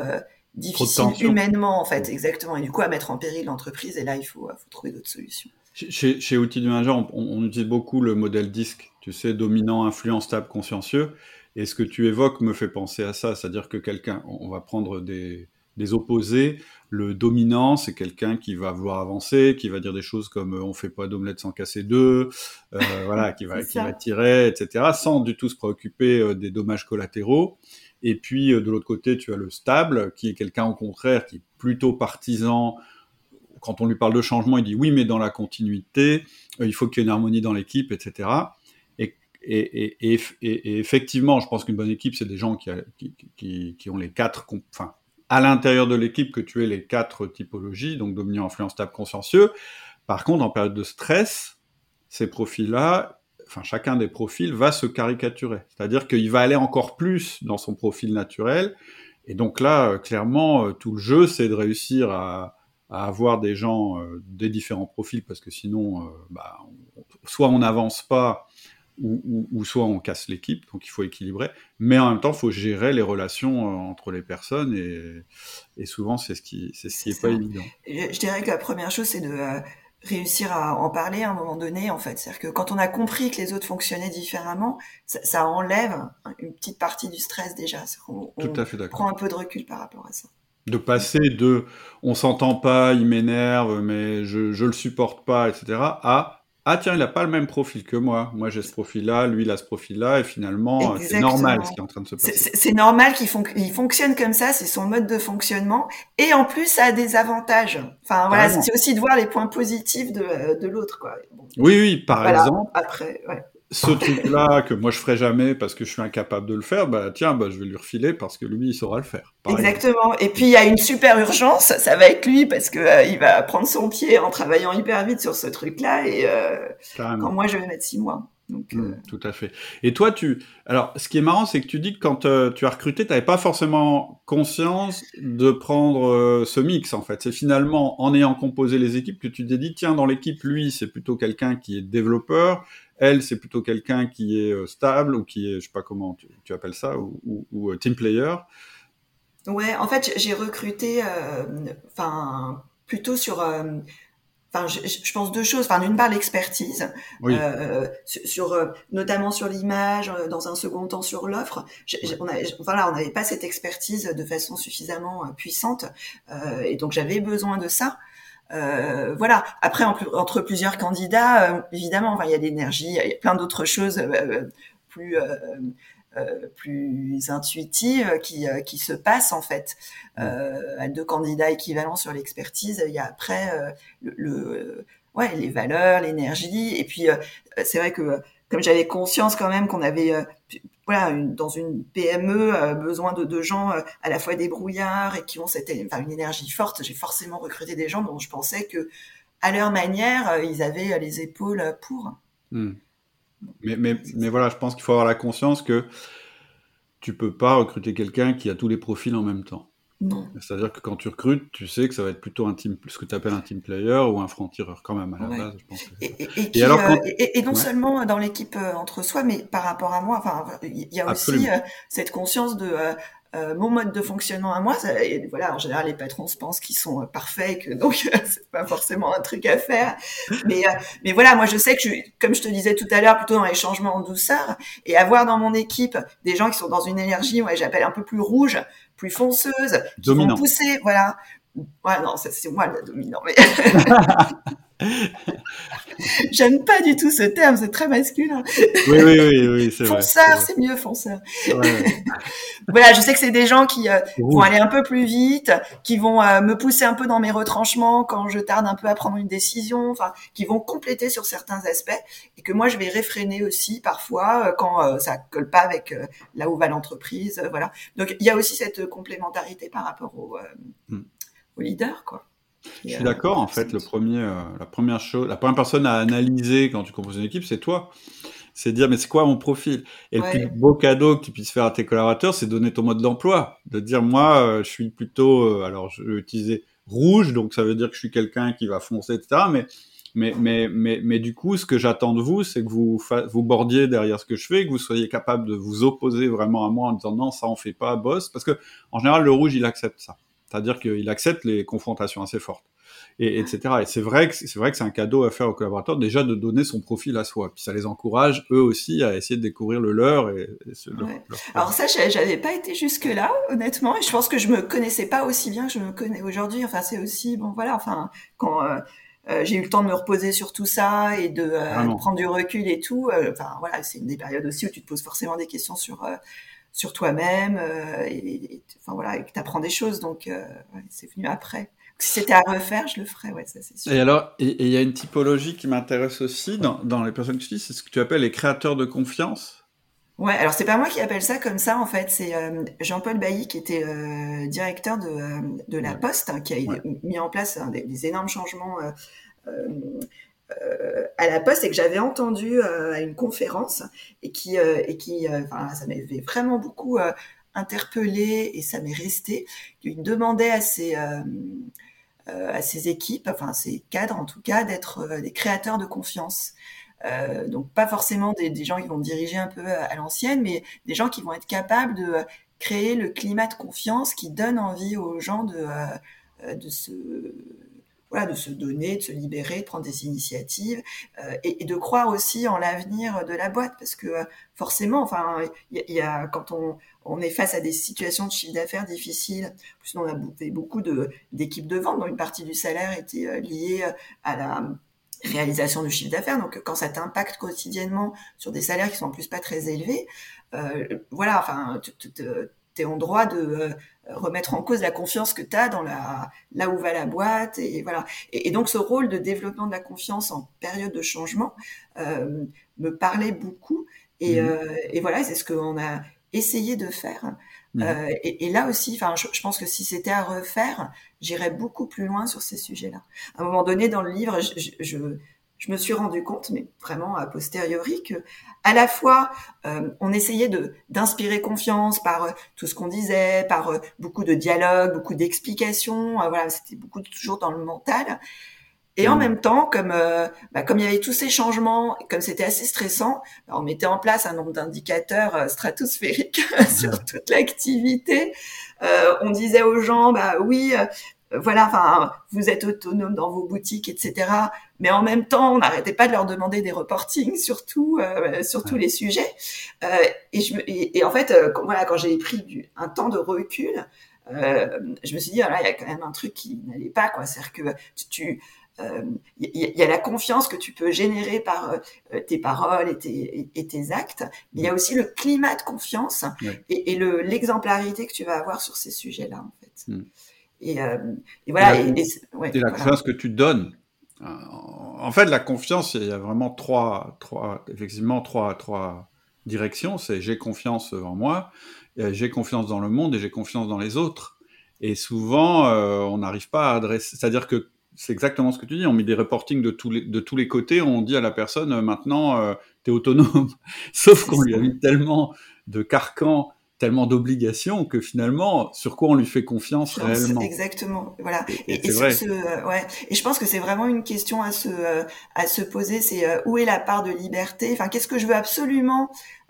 difficile humainement en fait, exactement, et du coup à mettre en péril l'entreprise, et là il faut trouver d'autres solutions. Chez Outils du Manager, on utilise beaucoup le modèle DISC, tu sais, dominant, influent, stable, consciencieux. Et ce que tu évoques me fait penser à ça, c'est-à-dire que on va prendre des opposés. Le dominant, c'est quelqu'un qui va vouloir avancer, qui va dire des choses comme on fait pas d'omelette sans casser deux, voilà, qui va tirer, etc., sans du tout se préoccuper des dommages collatéraux. Et puis de l'autre côté, tu as le stable, qui est quelqu'un au contraire qui est plutôt partisan. Quand on lui parle de changement, il dit oui, mais dans la continuité, il faut qu'il y ait une harmonie dans l'équipe, etc. Et effectivement, je pense qu'une bonne équipe, c'est des gens qui ont les quatre, enfin, à l'intérieur de l'équipe, que tu aies les quatre typologies, donc dominant, influent, stable, consciencieux. Par contre, en période de stress, ces profils-là, enfin, chacun des profils va se caricaturer. C'est-à-dire qu'il va aller encore plus dans son profil naturel. Et donc là, clairement, tout le jeu, c'est de réussir à avoir des gens des différents profils, parce que sinon, soit on n'avance pas, ou soit on casse l'équipe, donc il faut équilibrer, mais en même temps, il faut gérer les relations entre les personnes, et souvent, c'est ce qui est pas évident. Je dirais que la première chose, c'est de réussir à en parler à un moment donné, en fait. C'est-à-dire que quand on a compris que les autres fonctionnaient différemment, ça enlève une petite partie du stress déjà. On Tout à fait d'accord. prend un peu de recul par rapport à ça. De passer de « on s'entend pas, il m'énerve, mais je le supporte pas, etc. » à « ah tiens, il a pas le même profil que moi. Moi, j'ai ce profil-là, lui, il a ce profil-là, et finalement, c'est normal ce qui est en train de se passer. » C'est normal qu'il fonctionne comme ça, c'est son mode de fonctionnement, et en plus, ça a des avantages. Enfin, voilà, c'est aussi de voir les points positifs de l'autre, quoi. Bon. Oui, par exemple. Après, ouais. Ce truc-là que moi je ferai jamais parce que je suis incapable de le faire, je vais lui refiler parce que lui il saura le faire. Exactement. Et puis il y a une super urgence, ça va être lui parce que il va prendre son pied en travaillant hyper vite sur ce truc-là, et quand moi je vais mettre 6 mois. Donc, tout à fait. Et toi, alors, ce qui est marrant, c'est que tu dis que quand tu as recruté, tu n'avais pas forcément conscience de prendre ce mix, en fait. C'est finalement en ayant composé les équipes que tu t'es dit, tiens, dans l'équipe, lui, c'est plutôt quelqu'un qui est développeur, elle, c'est plutôt quelqu'un qui est stable, ou qui est, je sais pas comment tu appelles ça, ou team player. Ouais, en fait, j'ai recruté, plutôt sur... je pense deux choses. Enfin, d'une part, l'expertise, oui. Notamment sur l'image, dans un second temps sur l'offre. On n'avait pas cette expertise de façon suffisamment puissante, et donc j'avais besoin de ça. Voilà. Après, entre plusieurs candidats, évidemment, il y a l'énergie, il y a plein d'autres choses plus intuitives qui se passent en fait. À 2 candidats équivalents sur l'expertise, il y a après les valeurs, l'énergie, et puis c'est vrai que comme j'avais conscience quand même qu'on avait dans une PME besoin de gens à la fois débrouillards et qui ont une énergie forte, j'ai forcément recruté des gens dont je pensais que à leur manière ils avaient les épaules pour. Mais voilà, je pense qu'il faut avoir la conscience que tu peux pas recruter quelqu'un qui a tous les profils en même temps. Non. C'est-à-dire que quand tu recrutes, tu sais que ça va être plutôt ce que tu appelles un team player ou un franc-tireur quand même à la base, je pense. Et non seulement dans l'équipe entre soi, mais par rapport à moi. Enfin, il y a aussi cette conscience de mon mode de fonctionnement à moi. En général, les patrons se pensent qu'ils sont parfaits, et que donc c'est pas forcément un truc à faire. Mais voilà, moi je sais que comme je te disais tout à l'heure, plutôt dans les changements en douceur, et avoir dans mon équipe des gens qui sont dans une énergie, j'appelle un peu plus rouge, plus fonceuse, qui vont pousser, voilà. Ouais, non, ça, c'est moi le dominant, mais j'aime pas du tout ce terme, c'est très masculin. Oui, c'est fonceur, vrai. C'est mieux, fonceur. Ouais. Voilà, je sais que c'est des gens qui vont aller un peu plus vite, qui vont me pousser un peu dans mes retranchements quand je tarde un peu à prendre une décision, qui vont compléter sur certains aspects, et que moi je vais réfréner aussi parfois quand ça colle pas avec là où va l'entreprise, voilà. Donc il y a aussi cette complémentarité par rapport au leader, quoi. Je suis d'accord, en fait, la première personne à analyser quand tu composes une équipe, c'est toi. C'est dire, mais c'est quoi mon profil? Et le plus beau cadeau que tu puisses faire à tes collaborateurs, c'est donner ton mode d'emploi. De dire, moi, je suis plutôt, alors je vais utiliser rouge, donc ça veut dire que je suis quelqu'un qui va foncer, etc. Mais du coup, ce que j'attends de vous, c'est que vous bordiez derrière ce que je fais, que vous soyez capable de vous opposer vraiment à moi en disant, non, ça on fait pas, boss. Parce que, en général, le rouge, il accepte ça. C'est-à-dire qu'il accepte les confrontations assez fortes. etc. Et c'est vrai que c'est un cadeau à faire aux collaborateurs, déjà de donner son profil à soi. Puis ça les encourage, eux aussi, à essayer de découvrir le leur et leur Alors ça, j'avais pas été jusque-là, honnêtement, et je pense que je me connaissais pas aussi bien que je me connais aujourd'hui. Enfin, c'est aussi, bon, voilà, enfin, quand j'ai eu le temps de me reposer sur tout ça et de prendre du recul et tout, enfin, voilà, c'est une des périodes aussi où tu te poses forcément des questions sur toi-même, enfin, voilà, et que t'apprends des choses, donc c'est venu après. Si c'était à refaire, je le ferais, ouais, ça c'est sûr. Et alors, il y a une typologie qui m'intéresse aussi dans les personnes que tu dis, c'est ce que tu appelles les créateurs de confiance. Ouais, alors c'est pas moi qui appelle ça comme ça en fait, c'est Jean-Paul Bailly qui était directeur de la Poste, hein, qui a mis en place des énormes changements à la Poste et que j'avais entendu à une conférence et qui enfin, ça m'avait vraiment beaucoup interpellée et ça m'est resté. Il demandait à ses équipes, enfin ses cadres en tout cas, d'être des créateurs de confiance. Donc pas forcément des gens qui vont diriger un peu à l'ancienne, mais des gens qui vont être capables de créer le climat de confiance qui donne envie aux gens de se donner, de se libérer, de prendre des initiatives et de croire aussi en l'avenir de la boîte, parce que forcément, enfin, il y a quand on est face à des situations de chiffre d'affaires difficiles. En plus, on a fait beaucoup d'équipes de vente, dont une partie du salaire était liée à la réalisation du chiffre d'affaires. Donc, quand ça t'impacte quotidiennement sur des salaires qui sont en plus pas très élevés, voilà, enfin, t'es en droit de remettre en cause la confiance que t'as dans là où va la boîte, et voilà. Et donc, ce rôle de développement de la confiance en période de changement me parlait beaucoup. Et voilà, c'est ce qu'on a essayé de faire. Et là aussi, enfin, je pense que si c'était à refaire, j'irais beaucoup plus loin sur ces sujets-là. À un moment donné, dans le livre, je me suis rendu compte, mais vraiment a posteriori, que à la fois on essayait d'inspirer confiance par tout ce qu'on disait, par beaucoup de dialogues, beaucoup d'explications. Voilà, c'était beaucoup toujours dans le mental. Et en même temps, comme il y avait tous ces changements, comme c'était assez stressant, on mettait en place un nombre d'indicateurs stratosphériques sur toute l'activité. On disait aux gens, oui, voilà, enfin, vous êtes autonome dans vos boutiques, etc. Mais en même temps, on n'arrêtait pas de leur demander des reportings sur tous les sujets. Et en fait, quand j'ai pris un temps de recul, je me suis dit, voilà, il y a quand même un truc qui n'allait pas, quoi. C'est-à-dire que il y a la confiance que tu peux générer par tes paroles et tes actes, mais il y a aussi le climat de confiance et l'exemplarité que tu vas avoir sur ces sujets-là, en fait. Et voilà. Et la confiance que tu donnes. En fait, la confiance, il y a vraiment trois directions. C'est j'ai confiance en moi, j'ai confiance dans le monde et j'ai confiance dans les autres. Et souvent, on n'arrive pas à adresser. C'est-à-dire que c'est exactement ce que tu dis. On met des reportings de tous les côtés. On dit à la personne maintenant, t'es autonome. Sauf qu'on lui a mis tellement de carcans, tellement d'obligations que finalement, sur quoi on lui fait confiance réellement. Exactement. Voilà. Et c'est vrai. Et je pense que c'est vraiment une question à se poser. C'est où est la part de liberté. Enfin, qu'est-ce que je veux absolument,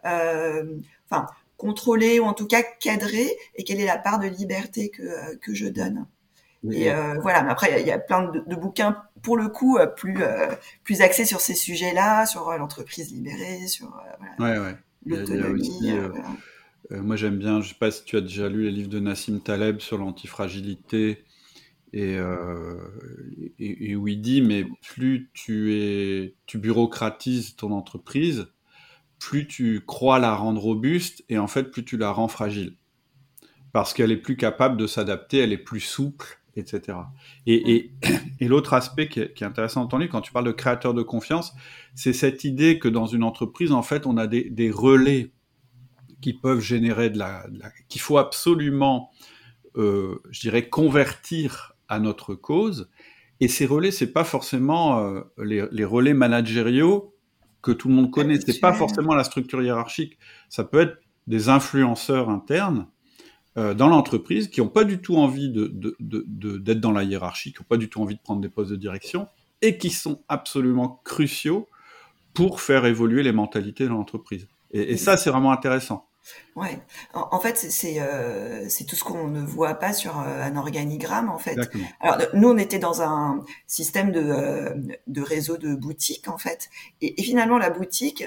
contrôler ou en tout cas cadrer, et quelle est la part de liberté que je donne. Et voilà, mais après il y a plein de bouquins pour le coup plus axés sur ces sujets-là, sur l'entreprise libérée, sur l'autonomie. Moi j'aime bien, je sais pas si tu as déjà lu les livres de Nassim Taleb sur l'antifragilité, et où il dit mais plus tu bureaucratises ton entreprise, plus tu crois la rendre robuste, et en fait plus tu la rends fragile. Parce qu'elle est plus capable de s'adapter, elle est plus souple, etc. Et l'autre aspect qui est intéressant dans ton livre, quand tu parles de créateur de confiance, c'est cette idée que dans une entreprise, en fait, on a des relais qui peuvent générer qu'il faut absolument, je dirais, convertir à notre cause. Et ces relais, c'est pas forcément les relais managériaux que tout le monde connaît. C'est pas forcément la structure hiérarchique. Ça peut être des influenceurs internes dans l'entreprise qui n'ont pas du tout envie d'être dans la hiérarchie, qui n'ont pas du tout envie de prendre des postes de direction, et qui sont absolument cruciaux pour faire évoluer les mentalités de l'entreprise. Et ça, c'est vraiment intéressant. Ouais. En fait, c'est tout ce qu'on ne voit pas sur un organigramme, en fait. Exactement. Alors, nous, on était dans un système de réseau de boutiques, en fait. Et finalement, la boutique,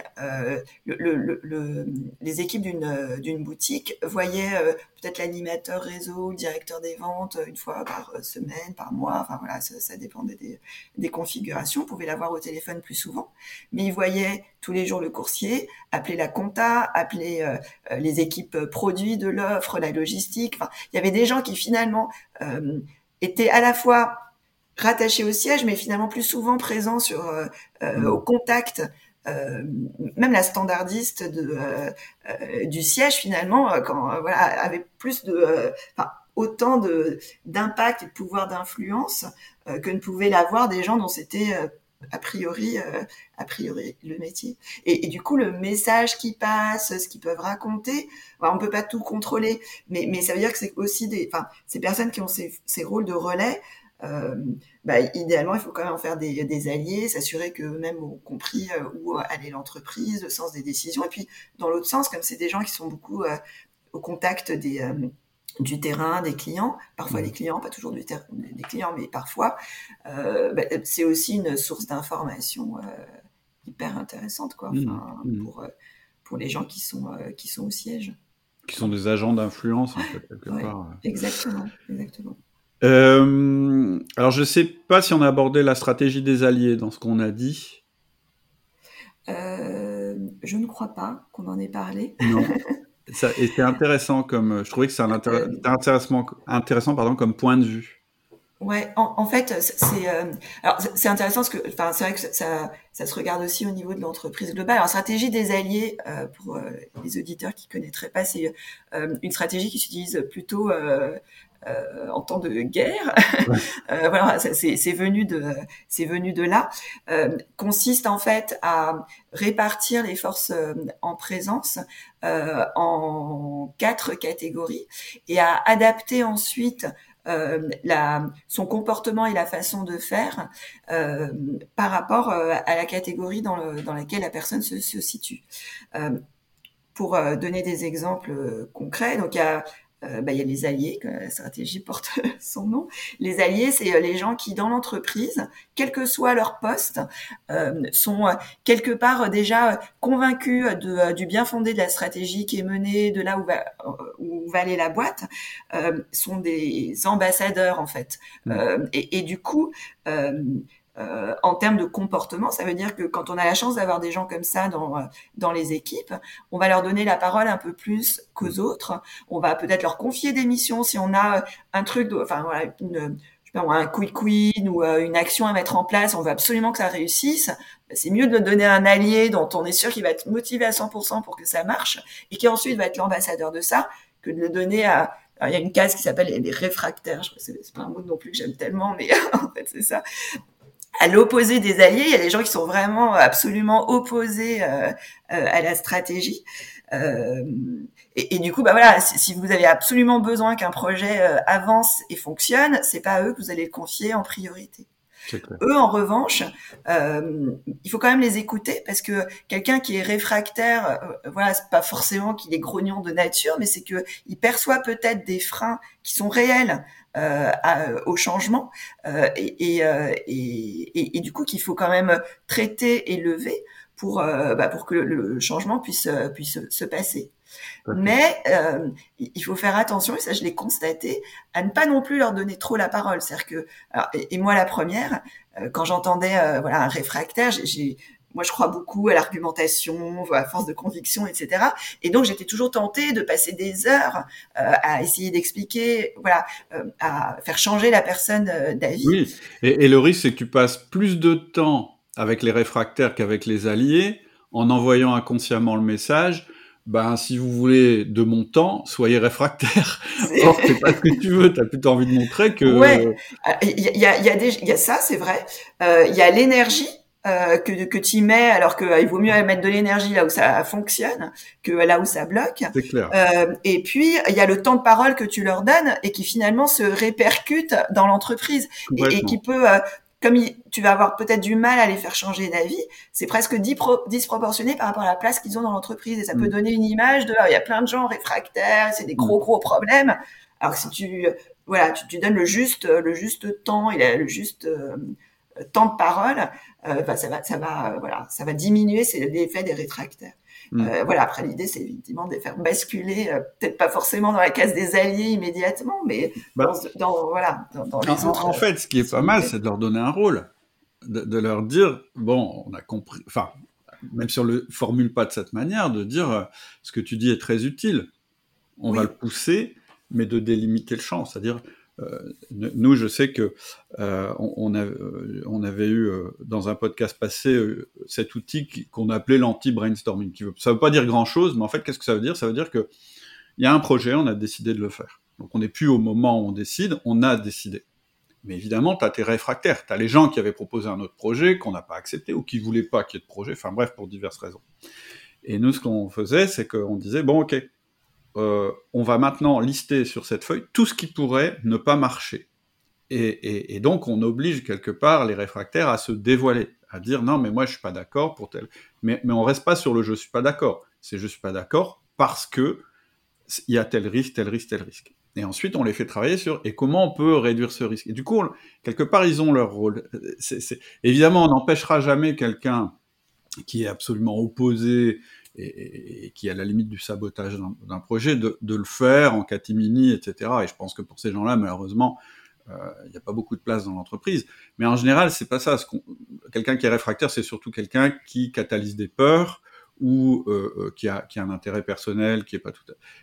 les équipes d'une boutique voyaient peut-être l'animateur réseau, le directeur des ventes, une fois par semaine, par mois. Enfin, voilà, ça dépendait des configurations. On pouvait l'avoir au téléphone plus souvent. Mais ils voyaient tous les jours le coursier, appeler la compta, appeler les équipes produits de l'offre, la logistique. Enfin, il y avait des gens qui finalement étaient à la fois rattachés au siège, mais finalement plus souvent présents au contact. Même la standardiste du siège finalement, voilà, avait plus autant d'impact et de pouvoir d'influence que ne pouvaient l'avoir des gens dont c'était a priori le métier. Et du coup, le message qui passe, ce qu'ils peuvent raconter, on peut pas tout contrôler, mais ça veut dire que c'est aussi ces personnes qui ont ces rôles de relais. Idéalement, il faut quand même en faire des alliés, s'assurer qu'eux-mêmes ont compris où allait l'entreprise, le sens des décisions. Et puis, dans l'autre sens, comme c'est des gens qui sont beaucoup au contact du terrain, des clients, parfois des clients, pas toujours des clients, mais parfois, c'est aussi une source d'information hyper intéressante, quoi. Pour les gens qui sont au siège. Qui sont des agents d'influence, en fait, quelque part. Exactement. Alors, je ne sais pas si on a abordé la stratégie des alliés dans ce qu'on a dit. Je ne crois pas qu'on en ait parlé. Non. Et c'est intéressant je trouvais que c'est intéressant comme point de vue. Ouais, en fait, c'est intéressant parce que, c'est vrai que ça se regarde aussi au niveau de l'entreprise globale. Alors, stratégie des alliés, pour les auditeurs qui connaîtraient pas, c'est une stratégie qui s'utilise plutôt en temps de guerre. Ouais. Voilà, c'est venu de là. Consiste en fait à répartir les forces en présence en 4 catégories et à adapter ensuite son comportement et la façon de faire par rapport à la catégorie dans laquelle la personne se situe. Pour donner des exemples concrets, donc il y a les alliés, que la stratégie porte son nom. Les alliés, c'est les gens qui, dans l'entreprise, quel que soit leur poste, sont quelque part déjà convaincus du bien fondé de la stratégie qui est menée, de là où va aller la boîte, sont des ambassadeurs, en fait. Et du coup, en termes de comportement, ça veut dire que quand on a la chance d'avoir des gens comme ça dans les équipes, on va leur donner la parole un peu plus qu'aux autres. On va peut-être leur confier des missions si on a un truc, un quick win ou une action à mettre en place. On veut absolument que ça réussisse. C'est mieux de le donner à un allié dont on est sûr qu'il va être motivé à 100% pour que ça marche et qui ensuite va être l'ambassadeur de ça, que de le donner à... Alors, il y a une case qui s'appelle les réfractaires. Je crois que c'est pas un mot non plus que j'aime tellement, mais en fait, c'est ça. À l'opposé des alliés, il y a des gens qui sont vraiment absolument opposés à la stratégie. Et du coup, si vous avez absolument besoin qu'un projet avance et fonctionne, c'est pas à eux que vous allez le confier en priorité. Eux, en revanche, il faut quand même les écouter parce que quelqu'un qui est réfractaire, c'est pas forcément qu'il est grognon de nature, mais c'est que il perçoit peut-être des freins qui sont réels au changement et du coup qu'il faut quand même traiter et lever pour que le changement puisse se passer. Okay. Mais il faut faire attention, et ça je l'ai constaté, à ne pas non plus leur donner trop la parole. C'est-à-dire que, et moi la première, quand j'entendais un réfractaire, moi je crois beaucoup à l'argumentation, à force de conviction, etc. Et donc j'étais toujours tentée de passer des heures à essayer d'expliquer, à faire changer la personne d'avis. Oui, et le risque c'est que tu passes plus de temps avec les réfractaires qu'avec les alliés, en envoyant inconsciemment le message. Si vous voulez de mon temps, soyez réfractaire. Or, c'est pas ce que tu veux. T'as plutôt envie de montrer que. Ouais. Il y a ça, c'est vrai. Il y a l'énergie que tu y mets, alors qu'il vaut mieux mettre de l'énergie là où ça fonctionne que là où ça bloque. C'est clair. Et puis il y a le temps de parole que tu leur donnes et qui finalement se répercute dans l'entreprise et qui peut comme tu vas avoir peut-être du mal à les faire changer d'avis, c'est presque disproportionné par rapport à la place qu'ils ont dans l'entreprise. Et ça peut donner une image de, il y a plein de gens réfractaires, c'est des gros problèmes. Alors que si tu donnes le juste temps, il a le juste temps de parole, ça va diminuer l'effet des rétractaires. Après, l'idée, c'est effectivement de les faire basculer, peut-être pas forcément dans la case des alliés immédiatement, mais dans les autres. En fait, ce qui est pas mal, c'est de leur donner un rôle, de leur dire, bon, on a compris, enfin, même si on le formule pas de cette manière, de dire, ce que tu dis est très utile, on va le pousser, mais de délimiter le champ, c'est-à-dire, nous, je sais que on avait eu dans un podcast passé cet outil qu'on appelait l'anti-brainstorming. Ça ne veut pas dire grand-chose, mais en fait, qu'est-ce que ça veut dire ? Ça veut dire qu'il y a un projet, on a décidé de le faire. Donc, on n'est plus au moment où on décide, on a décidé. Mais évidemment, tu as tes réfractaires, tu as les gens qui avaient proposé un autre projet, qu'on n'a pas accepté, ou qui ne voulaient pas qu'il y ait de projet, enfin bref, pour diverses raisons. Et nous, ce qu'on faisait, c'est qu'on disait, bon, ok, on va maintenant lister sur cette feuille tout ce qui pourrait ne pas marcher. Et donc, on oblige quelque part les réfractaires à se dévoiler, à dire non, mais moi, je suis pas d'accord pour tel. Mais on reste pas sur le je suis pas d'accord. C'est je suis pas d'accord parce que il y a tel risque, tel risque, tel risque. Et ensuite, on les fait travailler sur et comment on peut réduire ce risque. Et du coup, quelque part, ils ont leur rôle. Évidemment, on n'empêchera jamais quelqu'un qui est absolument opposé et qui est à la limite du sabotage d'un projet, de le faire en catimini, etc. Et je pense que pour ces gens-là, malheureusement, il n'y a pas beaucoup de place dans l'entreprise. Mais en général, c'est pas ça. Quelqu'un qui est réfractaire, c'est surtout quelqu'un qui catalyse des peurs ou qui a un intérêt personnel, qui est pas tout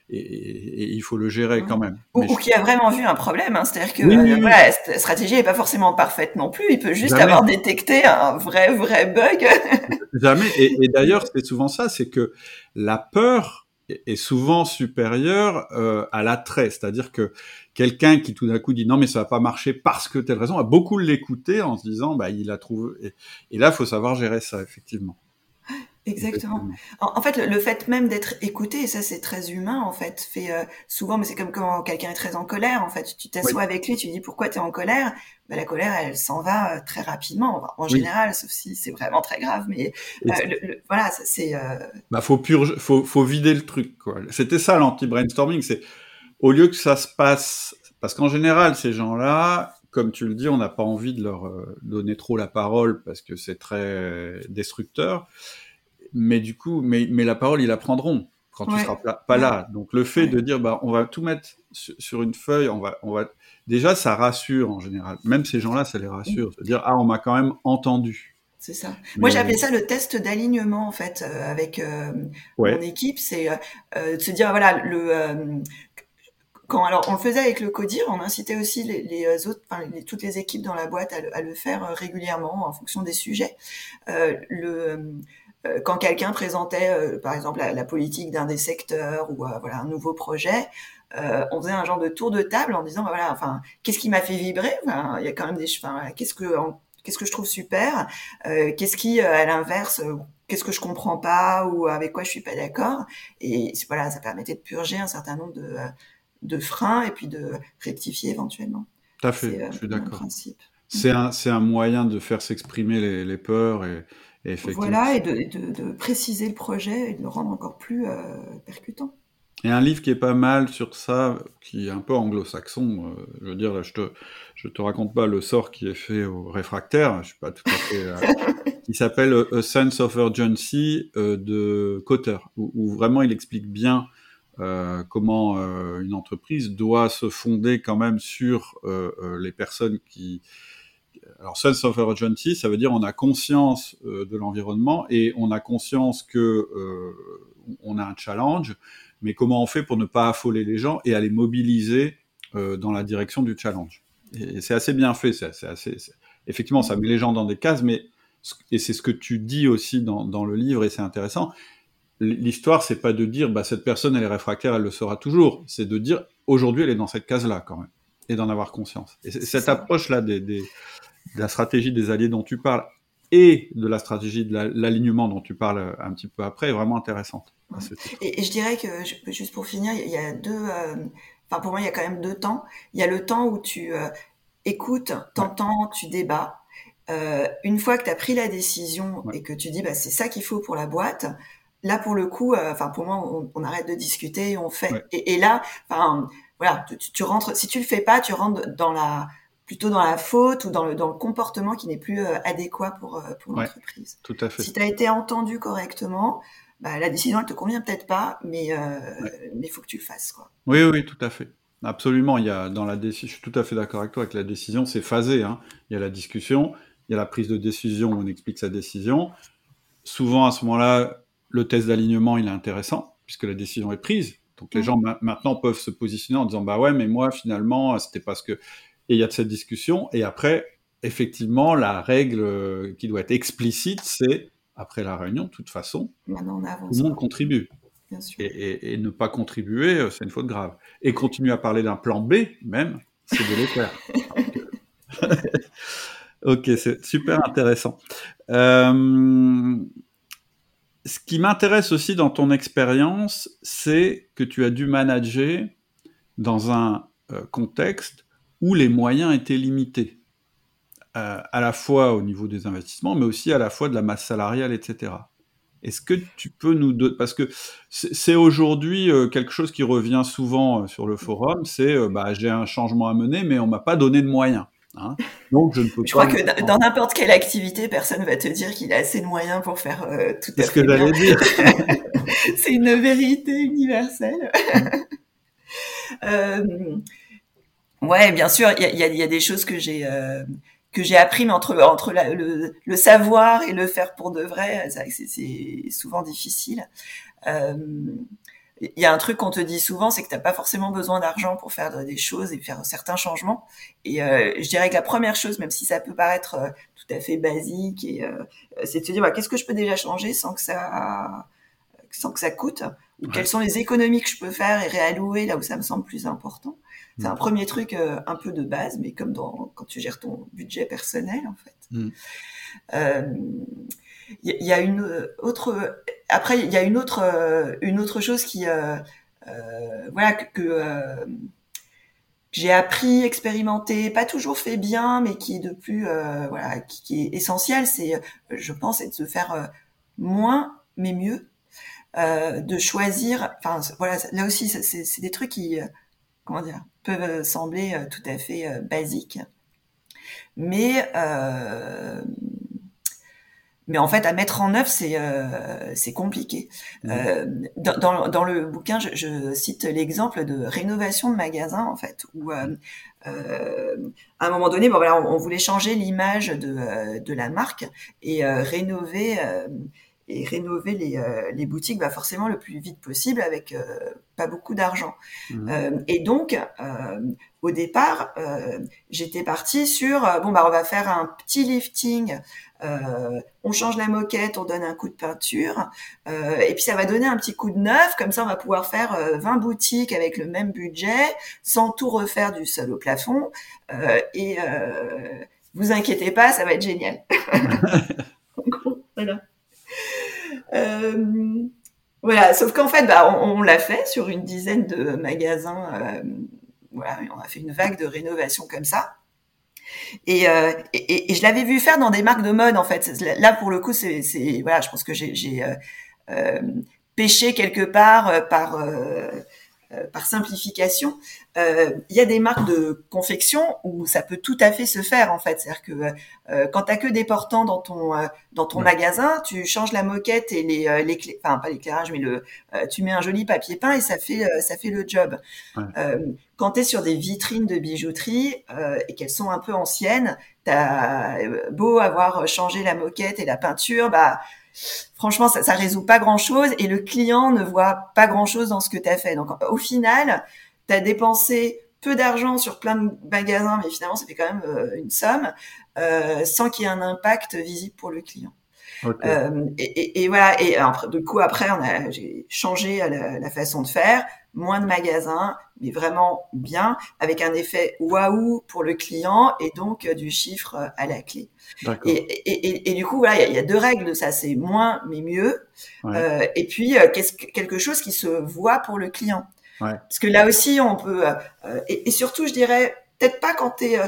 et il faut le gérer quand même. Ou qui a vraiment vu un problème, hein. C'est-à-dire que voilà, cette stratégie est pas forcément parfaite non plus. Il peut juste avoir détecté un vrai bug. Jamais. Et d'ailleurs, c'est souvent ça, c'est que la peur est souvent supérieure à l'attrait. C'est-à-dire que quelqu'un qui tout d'un coup dit non mais ça va pas marcher parce que telle raison, va beaucoup l'écouter en se disant bah il a trouvé. Et là, faut savoir gérer ça effectivement. Exactement. En fait, le fait même d'être écouté, et ça c'est très humain en fait, fait souvent, mais c'est comme quand quelqu'un est très en colère, en fait, tu t'assois avec lui, tu lui dis pourquoi tu es en colère, bah, la colère elle s'en va très rapidement, en général, sauf si c'est vraiment très grave, mais voilà, ça, c'est... Bah faut vider le truc, quoi. C'était ça l'anti-brainstorming, c'est au lieu que ça se passe, parce qu'en général ces gens-là, comme tu le dis, on n'a pas envie de leur donner trop la parole parce que c'est très destructeur. Mais du coup, mais la parole, ils la prendront quand tu seras pas là. Donc le fait de dire, bah, on va tout mettre sur une feuille, on va déjà, ça rassure en général. Même ces gens-là, ça les rassure. Se dire, ah, on m'a quand même entendu. C'est ça. Moi, j'appelais ça le test d'alignement, en fait, avec mon équipe. C'est de se dire, voilà, alors on le faisait avec le CODIR, on incitait aussi les autres, toutes les équipes dans la boîte à le faire régulièrement en fonction des sujets. Quand quelqu'un présentait, par exemple, la politique d'un des secteurs ou voilà un nouveau projet, on faisait un genre de tour de table en disant, bah, voilà, enfin, qu'est-ce qui m'a fait vibrer ? Enfin, il y a quand même qu'est-ce que je trouve super ? Qu'est-ce qui, à l'inverse, qu'est-ce que je comprends pas ou avec quoi je suis pas d'accord ? Et voilà, ça permettait de purger un certain nombre de freins et puis de rectifier éventuellement. Tout à fait, je suis d'accord. C'est un moyen de faire s'exprimer les peurs et effectivement. Voilà, et de préciser le projet et de le rendre encore plus percutant. Et un livre qui est pas mal sur ça, qui est un peu anglo-saxon, je veux dire, là, je te raconte pas le sort qui est fait aux réfractaires, je suis pas tout à fait... qui s'appelle A Sense of Urgency de Cotter, où vraiment il explique bien comment une entreprise doit se fonder quand même sur les personnes qui... Alors, sense of urgency, ça veut dire on a conscience de l'environnement et on a conscience que on a un challenge, mais comment on fait pour ne pas affoler les gens et à les mobiliser dans la direction du challenge. Et c'est assez bien fait, effectivement, ça met les gens dans des cases, et c'est ce que tu dis aussi dans le livre, et c'est intéressant. L'histoire, c'est pas de dire bah, cette personne, elle est réfractaire, elle le sera toujours, c'est de dire aujourd'hui, elle est dans cette case-là quand même, et d'en avoir conscience. Et cette approche-là de la stratégie des alliés dont tu parles et de la stratégie de l'alignement dont tu parles un petit peu après est vraiment intéressante. Ouais. Et je dirais que, juste pour finir, il y a deux... pour moi, il y a quand même deux temps. Il y a le temps où tu écoutes, t'entends, tu débats. une fois que tu as pris la décision et que tu dis c'est ça qu'il faut pour la boîte, là pour le coup, pour moi, on arrête de discuter et on fait. Ouais. Et là, voilà, tu rentres. Si tu le fais pas, tu rentres plutôt dans la faute ou dans le comportement qui n'est plus adéquat pour l'entreprise. Tout à fait. Si tu as été entendu correctement, la décision elle te convient peut-être pas, mais il faut que tu le fasses, quoi. Oui, tout à fait. Absolument, il y a dans la décision, je suis tout à fait d'accord avec toi, avec la décision, c'est phasé, hein. Il y a la discussion, il y a la prise de décision où on explique sa décision. Souvent, à ce moment-là, le test d'alignement, il est intéressant, puisque la décision est prise. Donc, les gens, maintenant, peuvent se positionner en disant, ouais, mais moi, finalement, c'était parce que... Et il y a de cette discussion. Et après, effectivement, la règle qui doit être explicite, c'est, après la réunion, de toute façon, maintenant, on avance, tout le monde contribue. Bien sûr. Et ne pas contribuer, c'est une faute grave. Et continuer à parler d'un plan B, même, c'est délétère. Ok, c'est super intéressant. Ce qui m'intéresse aussi dans ton expérience, c'est que tu as dû manager dans un contexte où les moyens étaient limités, à la fois au niveau des investissements, mais aussi à la fois de la masse salariale, etc. Est-ce que tu peux nous donner... Parce que c'est aujourd'hui quelque chose qui revient souvent sur le forum, c'est j'ai un changement à mener, mais on ne m'a pas donné de moyens. Hein. Donc je ne peux pas... Je crois que dans n'importe quelle activité, personne ne va te dire qu'il a assez de moyens pour faire tout à fait bien. C'est ce que j'allais dire. C'est une vérité universelle. Ouais, bien sûr, il y a des choses que j'ai appris, mais entre le savoir et le faire pour de vrai, c'est souvent difficile. Il y a un truc qu'on te dit souvent, c'est que t'as pas forcément besoin d'argent pour faire des choses et faire certains changements. Et je dirais que la première chose, même si ça peut paraître tout à fait basique, c'est de se dire qu'est-ce que je peux déjà changer sans que ça coûte, ou quelles sont les économies que je peux faire et réallouer là où ça me semble plus important. C'est un premier truc un peu de base, mais comme quand tu gères ton budget personnel, en fait. Il y a une autre chose qui que j'ai appris, expérimenté, pas toujours fait bien, mais qui est qui est essentiel, c'est je pense c'est de se faire moins mais mieux, de choisir, là aussi c'est des trucs qui peuvent sembler tout à fait basiques, mais en fait à mettre en œuvre c'est compliqué. Dans le bouquin je cite l'exemple de rénovation de magasins, en fait, où à un moment donné on voulait changer l'image de la marque et rénover les boutiques forcément le plus vite possible avec pas beaucoup d'argent. Et donc au départ j'étais partie sur on va faire un petit lifting, on change la moquette, on donne un coup de peinture, et puis ça va donner un petit coup de neuf, comme ça on va pouvoir faire 20 boutiques avec le même budget sans tout refaire du sol au plafond, et vous inquiétez pas, ça va être génial. Voilà. Voilà, sauf qu'en fait, on l'a fait sur une dizaine de magasins. On a fait une vague de rénovation comme ça. Et je l'avais vu faire dans des marques de mode, en fait. Là, pour le coup, je pense que j'ai pêché quelque part par simplification. Il y a des marques de confection où ça peut tout à fait se faire, en fait. C'est-à-dire que quand t'as que des portants dans ton magasin, tu changes la moquette et pas l'éclairage, mais tu mets un joli papier peint et ça fait le job. Quand t'es sur des vitrines de bijouterie et qu'elles sont un peu anciennes, t'as beau avoir changé la moquette et la peinture, franchement, ça résout pas grand-chose et le client ne voit pas grand-chose dans ce que tu as fait. Donc, au final, tu as dépensé peu d'argent sur plein de magasins, mais finalement, ça fait quand même une somme, sans qu'il y ait un impact visible pour le client. Okay. Et voilà. Et alors, du coup, après, j'ai changé la façon de faire. Moins de magasins, mais vraiment bien, avec un effet waouh pour le client et donc du chiffre à la clé. Et du coup, il y a deux règles de ça, c'est moins mais mieux, et puis quelque chose qui se voit pour le client. Parce que là aussi, on peut, et surtout, je dirais, peut-être pas quand t'es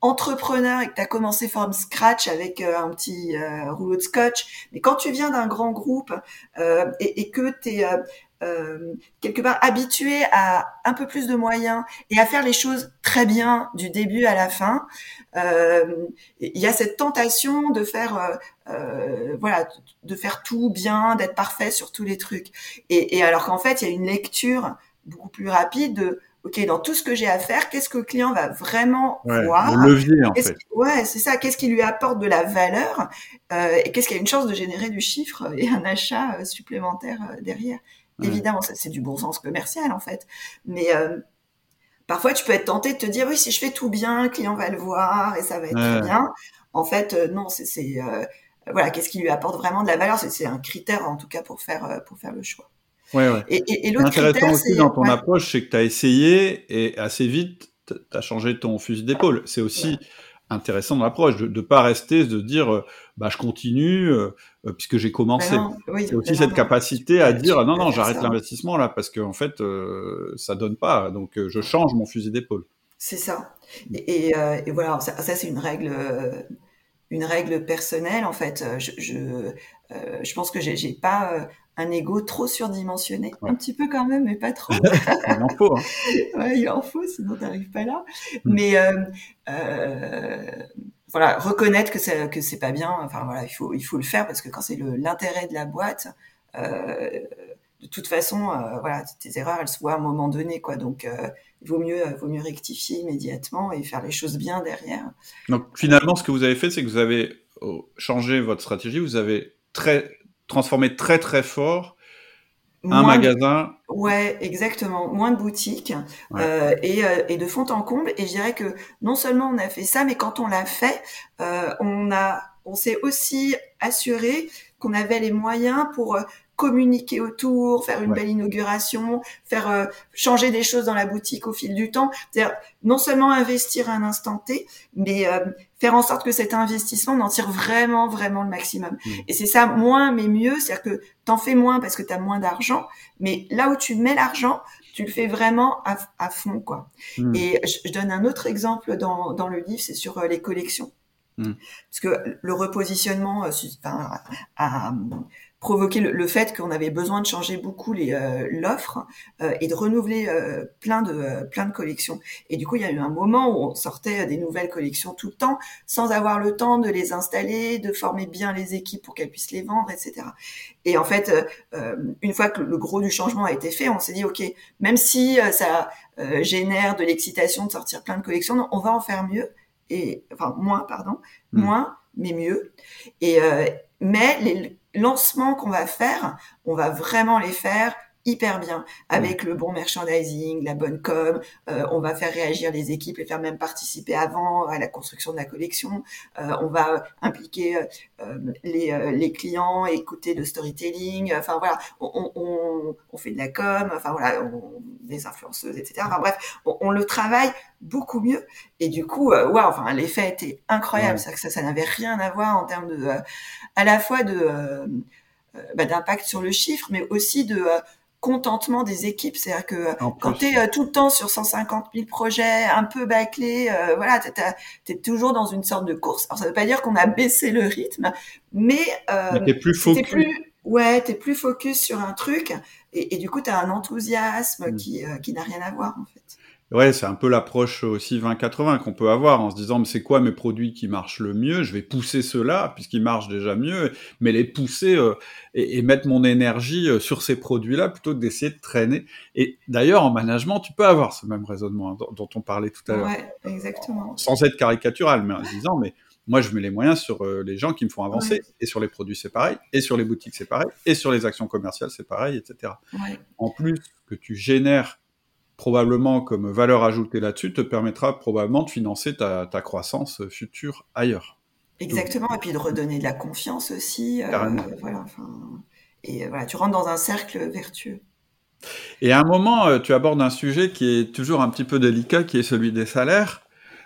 entrepreneur et que tu as commencé from scratch avec un petit rouleau de scotch, mais quand tu viens d'un grand groupe et que tu es quelque part habitué à un peu plus de moyens et à faire les choses très bien du début à la fin, il y a cette tentation de faire voilà, de faire tout bien, d'être parfait sur tous les trucs. Et alors qu'en fait, il y a une lecture beaucoup plus rapide de OK, dans tout ce que j'ai à faire, qu'est-ce que le client va vraiment voir? Le levier, en fait. Ouais, c'est ça. Qu'est-ce qui lui apporte de la valeur et qu'est-ce qui a une chance de générer du chiffre et un achat supplémentaire derrière. Évidemment, ça c'est du bon sens commercial en fait. Mais parfois, tu peux être tenté de te dire oui, si je fais tout bien, le client va le voir et ça va être très bien. En fait, non, voilà, qu'est-ce qui lui apporte vraiment de la valeur? C'est un critère en tout cas pour faire le choix. Ouais. Et l'autre Intéressant critère, aussi c'est dans ton approche, c'est que tu as essayé et assez vite, tu as changé ton fusil d'épaule. C'est aussi intéressant dans l'approche de pas rester, de dire je continue puisque j'ai commencé. C'est aussi cette capacité à dire non, j'arrête l'investissement là parce que en fait ça donne pas, donc je change mon fusil d'épaule. C'est ça. Et voilà, ça c'est une règle personnelle en fait. Je pense que j'ai pas un ego trop surdimensionné, un petit peu quand même, mais pas trop. Il en faut. Hein. Ouais, il en faut, sinon t'arrives pas là. Mais voilà, reconnaître que c'est pas bien. Enfin voilà, il faut le faire parce que quand c'est l'intérêt de la boîte, de toute façon, voilà, tes erreurs, elles se voient à un moment donné, quoi. Donc il vaut mieux rectifier immédiatement et faire les choses bien derrière. Donc finalement, ce que vous avez fait, c'est que vous avez changé votre stratégie, vous avez transformé très très fort un magasin. Ouais, exactement. Moins de boutiques et de fond en comble. Et je dirais que non seulement on a fait ça, mais quand on l'a fait, on s'est aussi assuré qu'on avait les moyens pour communiquer autour, faire une belle inauguration, faire changer des choses dans la boutique au fil du temps. C'est-à-dire non seulement investir à un instant T, mais faire en sorte que cet investissement en tire vraiment, vraiment le maximum. Et c'est ça, moins mais mieux, c'est-à-dire que t'en fais moins parce que t'as moins d'argent, mais là où tu mets l'argent, tu le fais vraiment à fond, quoi. Et je donne un autre exemple dans le livre, c'est sur les collections. Parce que le repositionnement a provoqué le fait qu'on avait besoin de changer beaucoup l'offre et de renouveler plein de collections. Et du coup, il y a eu un moment où on sortait des nouvelles collections tout le temps sans avoir le temps de les installer, de former bien les équipes pour qu'elles puissent les vendre, etc. Et en fait, une fois que le gros du changement a été fait, on s'est dit, OK, même si ça génère de l'excitation de sortir plein de collections, on va en faire mieux. Moins, mais mieux. Et mais les lancements qu'on va faire, on va vraiment les faire hyper bien, avec le bon merchandising, la bonne com, on va faire réagir les équipes, les faire même participer avant à la construction de la collection, on va impliquer les clients, écouter le storytelling, enfin voilà, on fait de la com, enfin voilà, des influenceuses, etc. Enfin bref, on le travaille beaucoup mieux, et du coup, enfin l'effet était incroyable, c'est-à-dire que ça n'avait rien à voir en termes de, à la fois d'impact sur le chiffre, mais aussi de contentement des équipes, c'est-à-dire que quand t'es tout le temps sur 150 000 projets, un peu bâclés, voilà, t'es toujours dans une sorte de course. Alors ça veut pas dire qu'on a baissé le rythme, mais t'es plus focus. T'es plus focus sur un truc, et du coup t'as un enthousiasme qui n'a rien à voir en fait. Ouais, c'est un peu l'approche aussi 20-80 qu'on peut avoir en se disant mais c'est quoi mes produits qui marchent le mieux, je vais pousser ceux-là puisqu'ils marchent déjà mieux, mais les pousser et mettre mon énergie sur ces produits-là plutôt que d'essayer de traîner. Et d'ailleurs en management tu peux avoir ce même raisonnement dont on parlait tout à l'heure. Ouais, exactement. Sans être caricatural, mais en se disant mais moi je mets les moyens sur les gens qui me font avancer, et sur les produits c'est pareil, et sur les boutiques c'est pareil, et sur les actions commerciales c'est pareil, etc. Ouais. En plus que tu génères probablement comme valeur ajoutée là-dessus, te permettra probablement de financer ta croissance future ailleurs. Exactement, et puis de redonner de la confiance aussi. Voilà, et voilà, tu rentres dans un cercle vertueux. Et à un moment, tu abordes un sujet qui est toujours un petit peu délicat, qui est celui des salaires.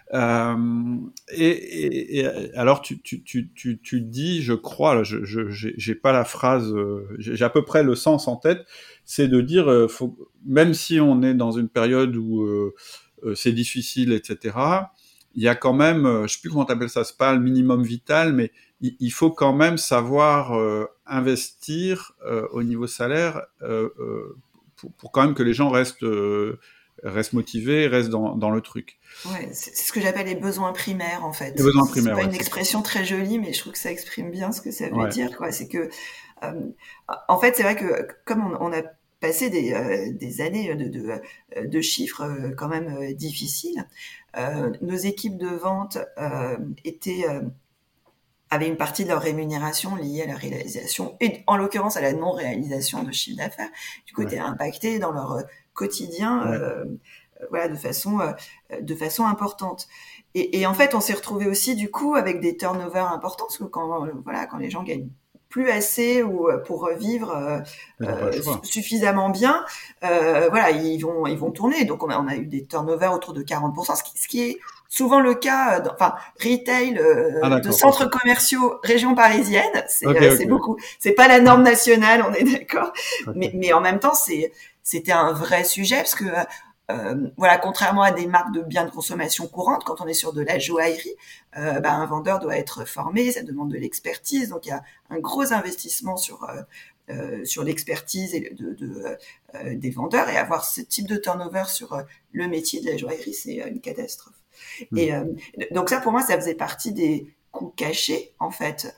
Et alors tu dis, je crois, j'ai pas la phrase, j'ai à peu près le sens en tête, c'est de dire, même si on est dans une période où c'est difficile, etc., il y a quand même, je ne sais plus comment tu appelles ça, c'est pas le minimum vital, mais il faut quand même savoir investir au niveau salaire pour quand même que les gens restent motivés, restent dans le truc. Ouais, c'est ce que j'appelle les besoins primaires, en fait. Les besoins C'est primaires, pas ouais, une expression très jolie, mais je trouve que ça exprime bien ce que ça veut ouais. dire, quoi. C'est que, en fait, c'est vrai que comme on a passé des années de chiffres quand même difficiles, nos équipes de vente avaient une partie de leur rémunération liée à la réalisation et en l'occurrence à la non-réalisation de chiffre d'affaires. Du coup, étaient impactés dans leur quotidien, voilà, de façon importante. Et en fait, on s'est retrouvé aussi du coup avec des turnovers importants parce que quand les gens gagnent plus assez ou pour vivre suffisamment bien, voilà, ils vont tourner. Donc on a eu des turnovers autour de 40%, ce qui est souvent le cas, retail de centres commerciaux région parisienne, c'est beaucoup. C'est pas la norme nationale, on est d'accord. Okay. Mais en même temps, c'était un vrai sujet parce que voilà, contrairement à des marques de biens de consommation courante, quand on est sur de la joaillerie, un vendeur doit être formé, ça demande de l'expertise, donc il y a un gros investissement sur l'expertise et des vendeurs, et avoir ce type de turnover sur le métier de la joaillerie, c'est une catastrophe. Et donc ça, pour moi, ça faisait partie des coûts cachés, en fait,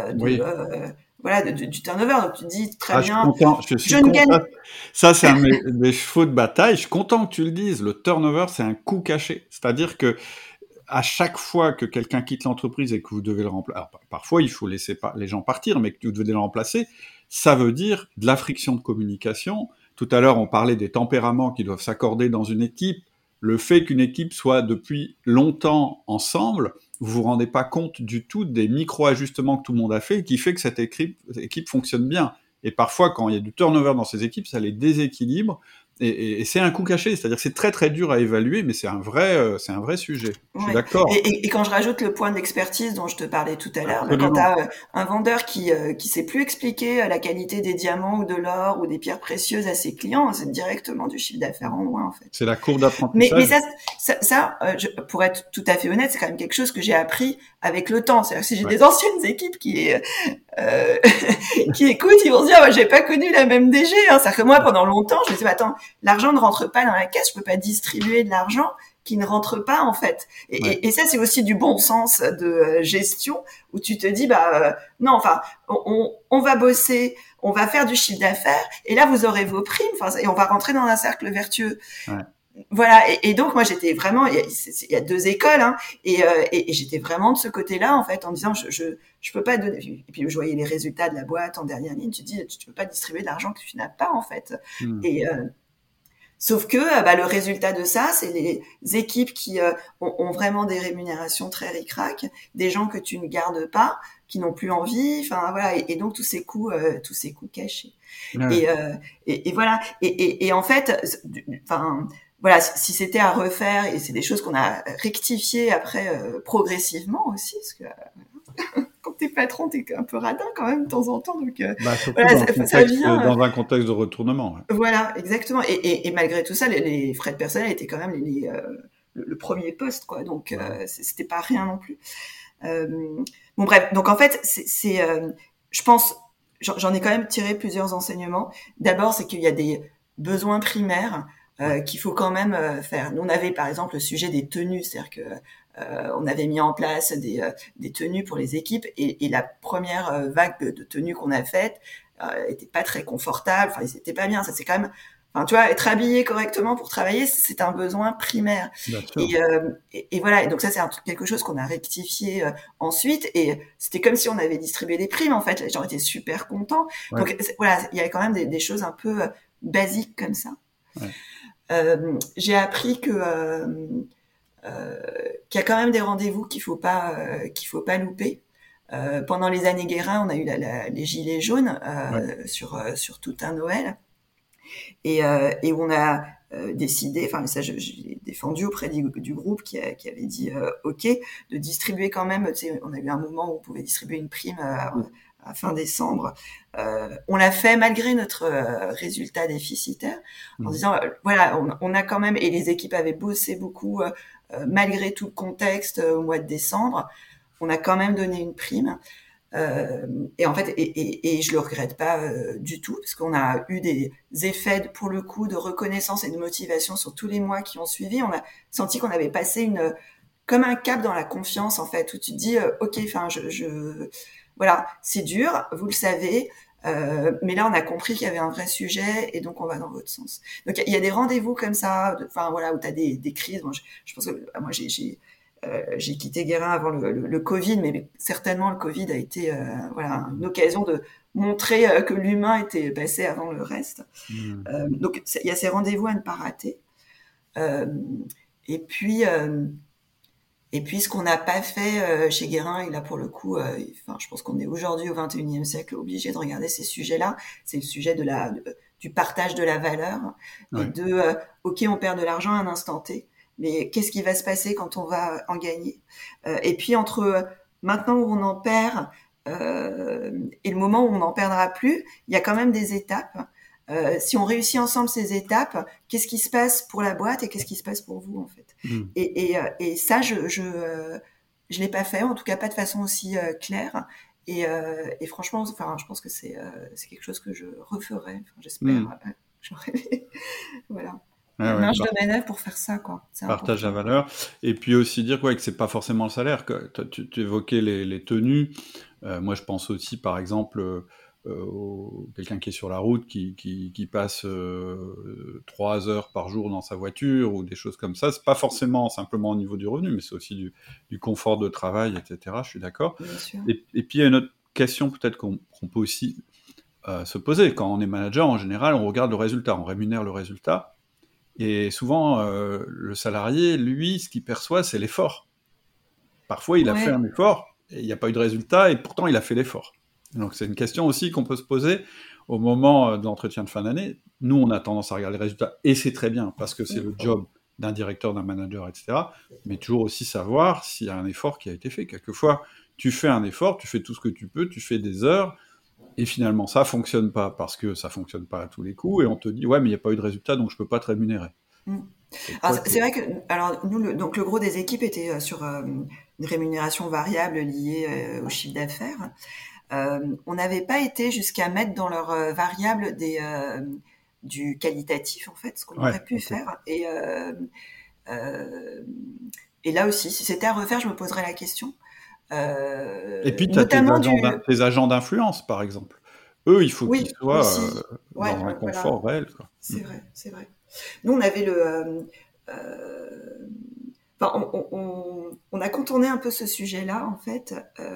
du turnover. Donc tu dis très bien. Je suis content. Ça, c'est un des chevaux de bataille. Je suis content que tu le dises. Le turnover, c'est un coût caché. C'est-à-dire que à chaque fois que quelqu'un quitte l'entreprise et que vous devez le remplacer, alors, parfois il faut laisser les gens partir, mais que vous devez le remplacer, ça veut dire de la friction de communication. Tout à l'heure, on parlait des tempéraments qui doivent s'accorder dans une équipe. Le fait qu'une équipe soit depuis longtemps ensemble, vous vous rendez pas compte du tout des micro-ajustements que tout le monde a fait, qui fait que cette équipe fonctionne bien. Et parfois, quand il y a du turnover dans ces équipes, ça les déséquilibre. Et c'est un coût caché, c'est-à-dire que c'est très très dur à évaluer, mais c'est un vrai sujet. Je suis d'accord. Et quand je rajoute le point d'expertise dont je te parlais tout à l'heure, quand tu as un vendeur qui sait plus expliquer la qualité des diamants ou de l'or ou des pierres précieuses à ses clients, c'est directement du chiffre d'affaires en moins, en fait. C'est la courbe d'apprentissage. Mais ça pour être tout à fait honnête, c'est quand même quelque chose que j'ai appris avec le temps. C'est-à-dire que si j'ai des anciennes équipes qui écoutent, ils vont se dire, j'ai pas connu la même DG. C'est-à-dire que moi, pendant longtemps, je me disais, attends, l'argent ne rentre pas dans la caisse, je peux pas distribuer de l'argent qui ne rentre pas, en fait. Et ça, c'est aussi du bon sens de gestion, où tu te dis, non, enfin, on va bosser, on va faire du chiffre d'affaires, et là, vous aurez vos primes, et on va rentrer dans un cercle vertueux. Ouais. Voilà, et donc moi j'étais vraiment, il y a deux écoles, et j'étais vraiment de ce côté-là, en fait, en disant je peux pas donner. Et puis je voyais les résultats de la boîte en dernière ligne, tu te dis tu peux pas distribuer de l'argent que tu n'as pas, en fait. Et sauf que le résultat de ça, c'est les équipes qui ont vraiment des rémunérations très ric-rac, des gens que tu ne gardes pas, qui n'ont plus envie, enfin voilà, et donc tous ces coûts cachés. Ouais. Et voilà, et en fait, enfin voilà, si c'était à refaire, et c'est des choses qu'on a rectifiées après progressivement aussi, parce que quand t'es patron, t'es un peu radin quand même de temps en temps, donc voilà, ça vient dans un contexte de retournement. Ouais. Voilà, exactement. Et malgré tout ça, les frais de personnel étaient quand même le premier poste, quoi. Donc c'était pas rien non plus. Bon bref, donc en fait, je pense, j'en ai quand même tiré plusieurs enseignements. D'abord, c'est qu'il y a des besoins primaires qu'il faut quand même faire. Nous, on avait par exemple le sujet des tenues, c'est-à-dire que on avait mis en place des tenues pour les équipes, et la première vague de tenues qu'on a faite était pas très confortable. Enfin, c'était pas bien. Ça, c'est quand même, enfin, tu vois, être habillé correctement pour travailler, c'est un besoin primaire. Et voilà. Et donc ça, c'est quelque chose qu'on a rectifié ensuite. Et c'était comme si on avait distribué des primes, en fait. Les gens étaient super contents. Ouais. Donc voilà, il y a quand même des choses un peu basiques comme ça. Ouais. J'ai appris qu'il y a quand même des rendez-vous qu'il faut pas louper. Pendant les années Guérin, on a eu les gilets jaunes sur tout un Noël, et on a décidé, enfin ça j'ai défendu auprès du groupe qui avait dit OK de distribuer quand même. Tu sais, on a eu un moment où on pouvait distribuer une prime à fin décembre. On l'a fait malgré notre résultat déficitaire, en disant voilà, on a quand même, et les équipes avaient bossé beaucoup malgré tout le contexte au mois de décembre, on a quand même donné une prime. Et en fait, et je le regrette pas du tout, parce qu'on a eu des effets pour le coup de reconnaissance et de motivation sur tous les mois qui ont suivi. On a senti qu'on avait passé comme un cap dans la confiance, en fait, où tu te dis ok, enfin voilà, c'est dur, vous le savez, mais là on a compris qu'il y avait un vrai sujet et donc on va dans votre sens. Donc il y a des rendez-vous comme ça, enfin voilà, où tu as des crises. Bon, je pense que moi j'ai quitté Guérin avant le Covid, mais certainement le Covid a été voilà, une occasion de montrer que l'humain était passé avant le reste. Donc il y a ces rendez-vous à ne pas rater. Et puis ce qu'on n'a pas fait chez Guérin, et là pour le coup, je pense qu'on est aujourd'hui au XXIe siècle obligé de regarder ces sujets-là. C'est le sujet du partage de la valeur et de ok, on perd de l'argent à un instant T, mais qu'est-ce qui va se passer quand on va en gagner? Et puis entre maintenant où on en perd et le moment où on n'en perdra plus, il y a quand même des étapes. Si on réussit ensemble ces étapes, qu'est-ce qui se passe pour la boîte et qu'est-ce qui se passe pour vous en fait? Et ça, je l'ai pas fait, en tout cas pas de façon aussi claire. Et franchement, je pense que c'est quelque chose que je referai. J'espère. Voilà. Marge de manœuvre pour faire ça, quoi. C'est partage la valeur. Et puis aussi dire que c'est pas forcément le salaire. Tu évoquais les tenues. Moi, je pense aussi, par exemple, quelqu'un qui est sur la route, qui passe 3 heures par jour dans sa voiture, ou des choses comme ça. C'est pas forcément simplement au niveau du revenu, mais c'est aussi du confort de travail, etc. Je suis d'accord. Et puis, il y a une autre question peut-être qu'on peut aussi se poser. Quand on est manager, en général, on regarde le résultat, on rémunère le résultat. Et souvent, le salarié, lui, ce qu'il perçoit, c'est l'effort. Parfois, il a fait un effort, et il n'y a pas eu de résultat, et pourtant, il a fait l'effort. Donc, c'est une question aussi qu'on peut se poser au moment de l'entretien de fin d'année. Nous, on a tendance à regarder les résultats, et c'est très bien, parce que c'est le job d'un directeur, d'un manager, etc. Mais toujours aussi savoir s'il y a un effort qui a été fait. Quelquefois, tu fais un effort, tu fais tout ce que tu peux, tu fais des heures, et finalement, ça fonctionne pas parce que ça fonctionne pas à tous les coups, et on te dit ouais, mais il n'y a pas eu de résultat, donc je peux pas te rémunérer. Alors, c'est vrai que nous, donc le gros des équipes était sur une rémunération variable liée au chiffre d'affaires. On n'avait pas été jusqu'à mettre dans leur variable du qualitatif, en fait, ce qu'on aurait pu faire. Et là aussi, si c'était à refaire, je me poserais la question. Et puis, tu as tes agents d'influence, par exemple. Eux, il faut qu'ils soient dans un confort réel. Quoi. C'est vrai, c'est vrai. Nous, on avait on a contourné un peu ce sujet-là, en fait,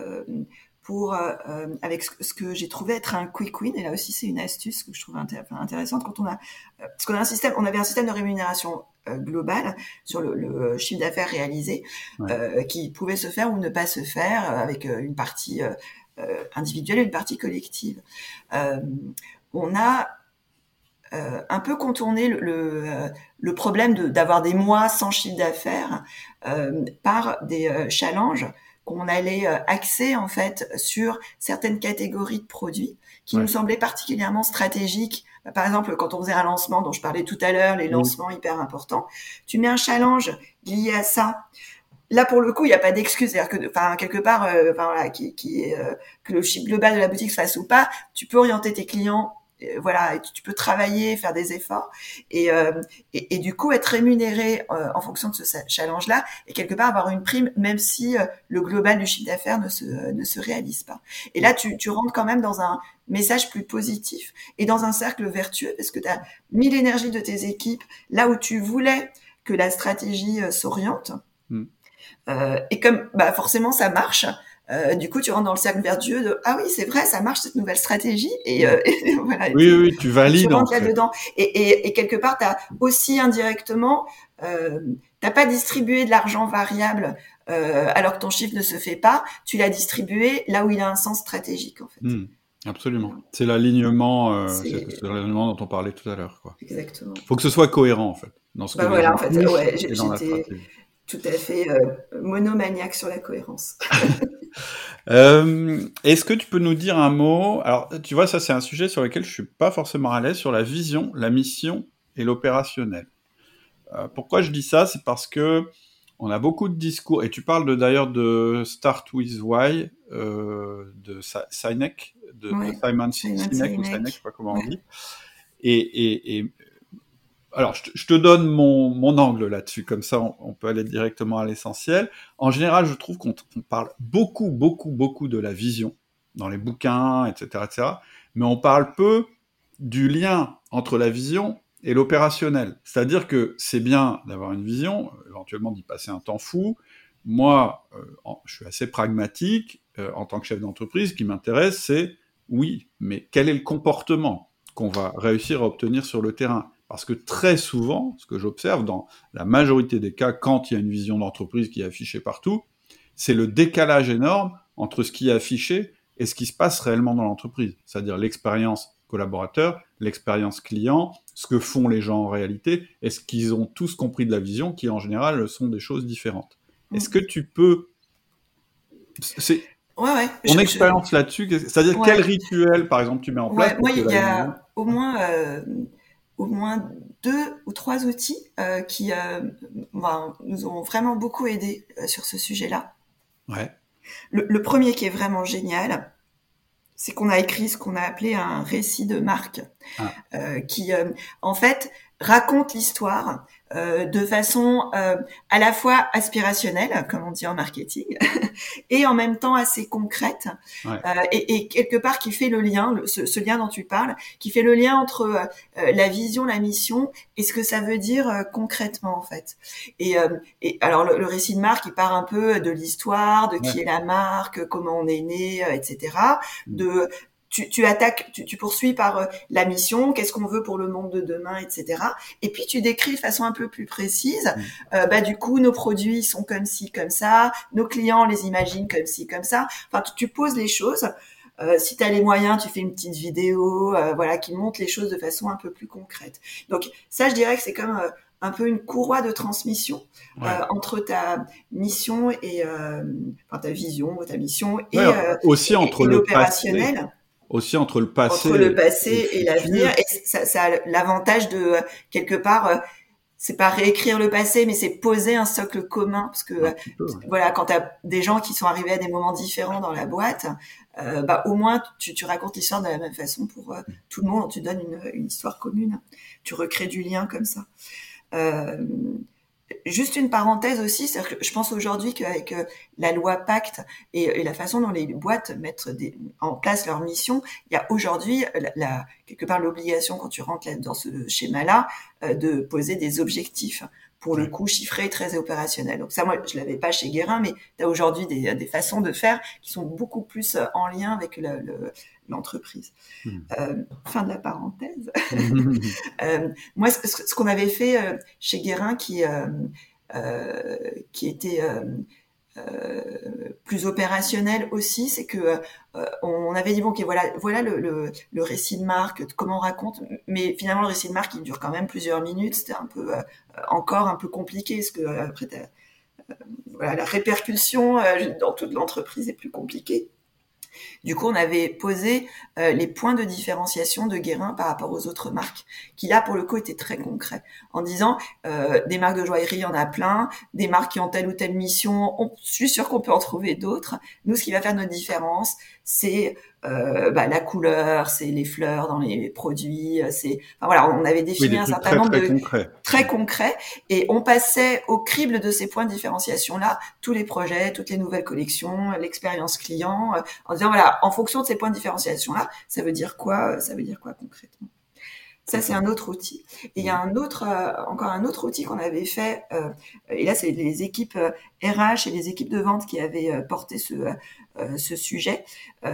avec ce que j'ai trouvé être un quick win. Et là aussi, c'est une astuce que je trouve intéressante quand parce qu'on avait un système de rémunération global sur le chiffre d'affaires réalisé, qui pouvait se faire ou ne pas se faire avec une partie individuelle et une partie collective. On a un peu contourné le problème d'avoir des mois sans chiffre d'affaires par des challenges qu'on allait axer en fait sur certaines catégories de produits qui nous semblaient particulièrement stratégiques. Par exemple, quand on faisait un lancement dont je parlais tout à l'heure, les lancements hyper importants, tu mets un challenge lié à ça. Là, pour le coup, il n'y a pas d'excuse. C'est-à-dire que, quelque part, que le chiffre global de la boutique se fasse ou pas, tu peux orienter tes clients. Voilà, et tu peux travailler, faire des efforts et du coup être rémunéré en fonction de ce challenge-là et quelque part avoir une prime même si le global du chiffre d'affaires ne se réalise pas. Et là, tu rentres quand même dans un message plus positif et dans un cercle vertueux parce que tu as mis l'énergie de tes équipes là où tu voulais que la stratégie s'oriente. Et comme forcément ça marche, du coup tu rentres dans le cercle vertueux de ah oui c'est vrai ça marche cette nouvelle stratégie et voilà. Oui tu valides. Tu rentres là-dedans et quelque part t'as aussi indirectement t'as pas distribué de l'argent variable alors que ton chiffre ne se fait pas, tu l'as distribué là où il a un sens stratégique en fait. Absolument. C'est l'alignement, c'est l'alignement dont on parlait tout à l'heure, quoi. Exactement. Faut que ce soit cohérent en fait dans ce que voilà en fait j'étais tout à fait monomaniaque sur la cohérence. Est-ce que tu peux nous dire un mot? Alors, tu vois, ça, c'est un sujet sur lequel je suis pas forcément à l'aise, sur la vision, la mission et l'opérationnel. Pourquoi je dis ça? C'est parce que on a beaucoup de discours, et tu parles d'ailleurs de Start with Why, de Sinek, de Simon Simon Sinek ou Sinek, je sais pas comment on Ouais. dit. Et alors, je te donne mon angle là-dessus, comme ça on peut aller directement à l'essentiel. En général, je trouve qu'on parle beaucoup de la vision dans les bouquins, etc., mais on parle peu du lien entre la vision et l'opérationnel. C'est-à-dire que c'est bien d'avoir une vision, éventuellement d'y passer un temps fou. Moi, je suis assez pragmatique en tant que chef d'entreprise. Ce qui m'intéresse, c'est, oui, mais quel est le comportement qu'on va réussir à obtenir sur le terrain? Parce que très souvent, ce que j'observe dans la majorité des cas, quand il y a une vision d'entreprise qui est affichée partout, c'est le décalage énorme entre ce qui est affiché et ce qui se passe réellement dans l'entreprise. C'est-à-dire l'expérience collaborateur, l'expérience client, ce que font les gens en réalité, est-ce qu'ils ont tous compris de la vision, qui en général sont des choses différentes. Est-ce que tu peux... C'est... Ouais. Ton expérience là-dessus, c'est-à-dire quel rituel, par exemple, tu mets en place pour moi, que il y la vision... a au moins 2 ou 3 outils qui nous ont vraiment beaucoup aidés sur ce sujet-là. Ouais. Le premier qui est vraiment génial, c'est qu'on a écrit ce qu'on a appelé un récit de marque, qui en fait raconte l'histoire de façon à la fois aspirationnelle, comme on dit en marketing, et en même temps assez concrète, et quelque part qui fait le lien, ce lien dont tu parles, qui fait le lien entre la vision, la mission, et ce que ça veut dire concrètement en fait. Et alors le récit de marque, il part un peu de l'histoire, de qui est la marque, comment on est né, etc. Tu poursuis par la mission, qu'est-ce qu'on veut pour le monde de demain, etc. Et puis tu décris de façon un peu plus précise, du coup nos produits sont comme ci, comme ça, nos clients on les imagine comme ci, comme ça. Enfin, tu poses les choses. Si tu as les moyens, tu fais une petite vidéo, qui montre les choses de façon un peu plus concrète. Donc ça, je dirais que c'est comme un peu une courroie de transmission entre ta mission et ta vision, ta mission et aussi entre et le l'opérationnel. passé. Aussi entre le passé, entre le passé et l'avenir, et ça a l'avantage de quelque part, c'est pas réécrire le passé, mais c'est poser un socle commun, parce que quand t'as des gens qui sont arrivés à des moments différents dans la boîte, au moins tu racontes l'histoire de la même façon pour tout le monde, tu donnes une histoire commune, tu recrées du lien comme ça. Juste une parenthèse aussi, c'est-à-dire que je pense aujourd'hui qu'avec la loi Pacte et la façon dont les boîtes mettent en place leur mission, il y a aujourd'hui quelque part l'obligation, quand tu rentres dans ce schéma-là, de poser des objectifs, pour le coup chiffrés, très opérationnels. Donc ça, moi, je l'avais pas chez Guérin, mais tu as aujourd'hui des façons de faire qui sont beaucoup plus en lien avec l'entreprise. Fin de la parenthèse. Moi, ce qu'on avait fait chez Guérin, qui était plus opérationnel aussi, c'est que on avait dit bon, ok, voilà le récit de marque, comment on raconte, mais finalement le récit de marque il dure quand même plusieurs minutes, c'était un peu encore un peu compliqué, parce que après la répercussion dans toute l'entreprise est plus compliquée. Du coup, on avait posé les points de différenciation de Guérin par rapport aux autres marques, qui là, pour le coup, étaient très concrets, en disant des marques de joaillerie, il y en a plein, des marques qui ont telle ou telle mission, je suis sûre qu'on peut en trouver d'autres. Nous, ce qui va faire notre différence, c'est la couleur, c'est les fleurs dans les produits, on avait défini un certain nombre de très concrets, et on passait au crible de ces points de différenciation-là tous les projets, toutes les nouvelles collections, l'expérience client, en disant en fonction de ces points de différenciation-là, ça veut dire quoi concrètement. Ça, c'est un autre outil. Et il y a encore un autre outil qu'on avait fait, et là, c'est les équipes RH et les équipes de vente qui avaient porté ce sujet.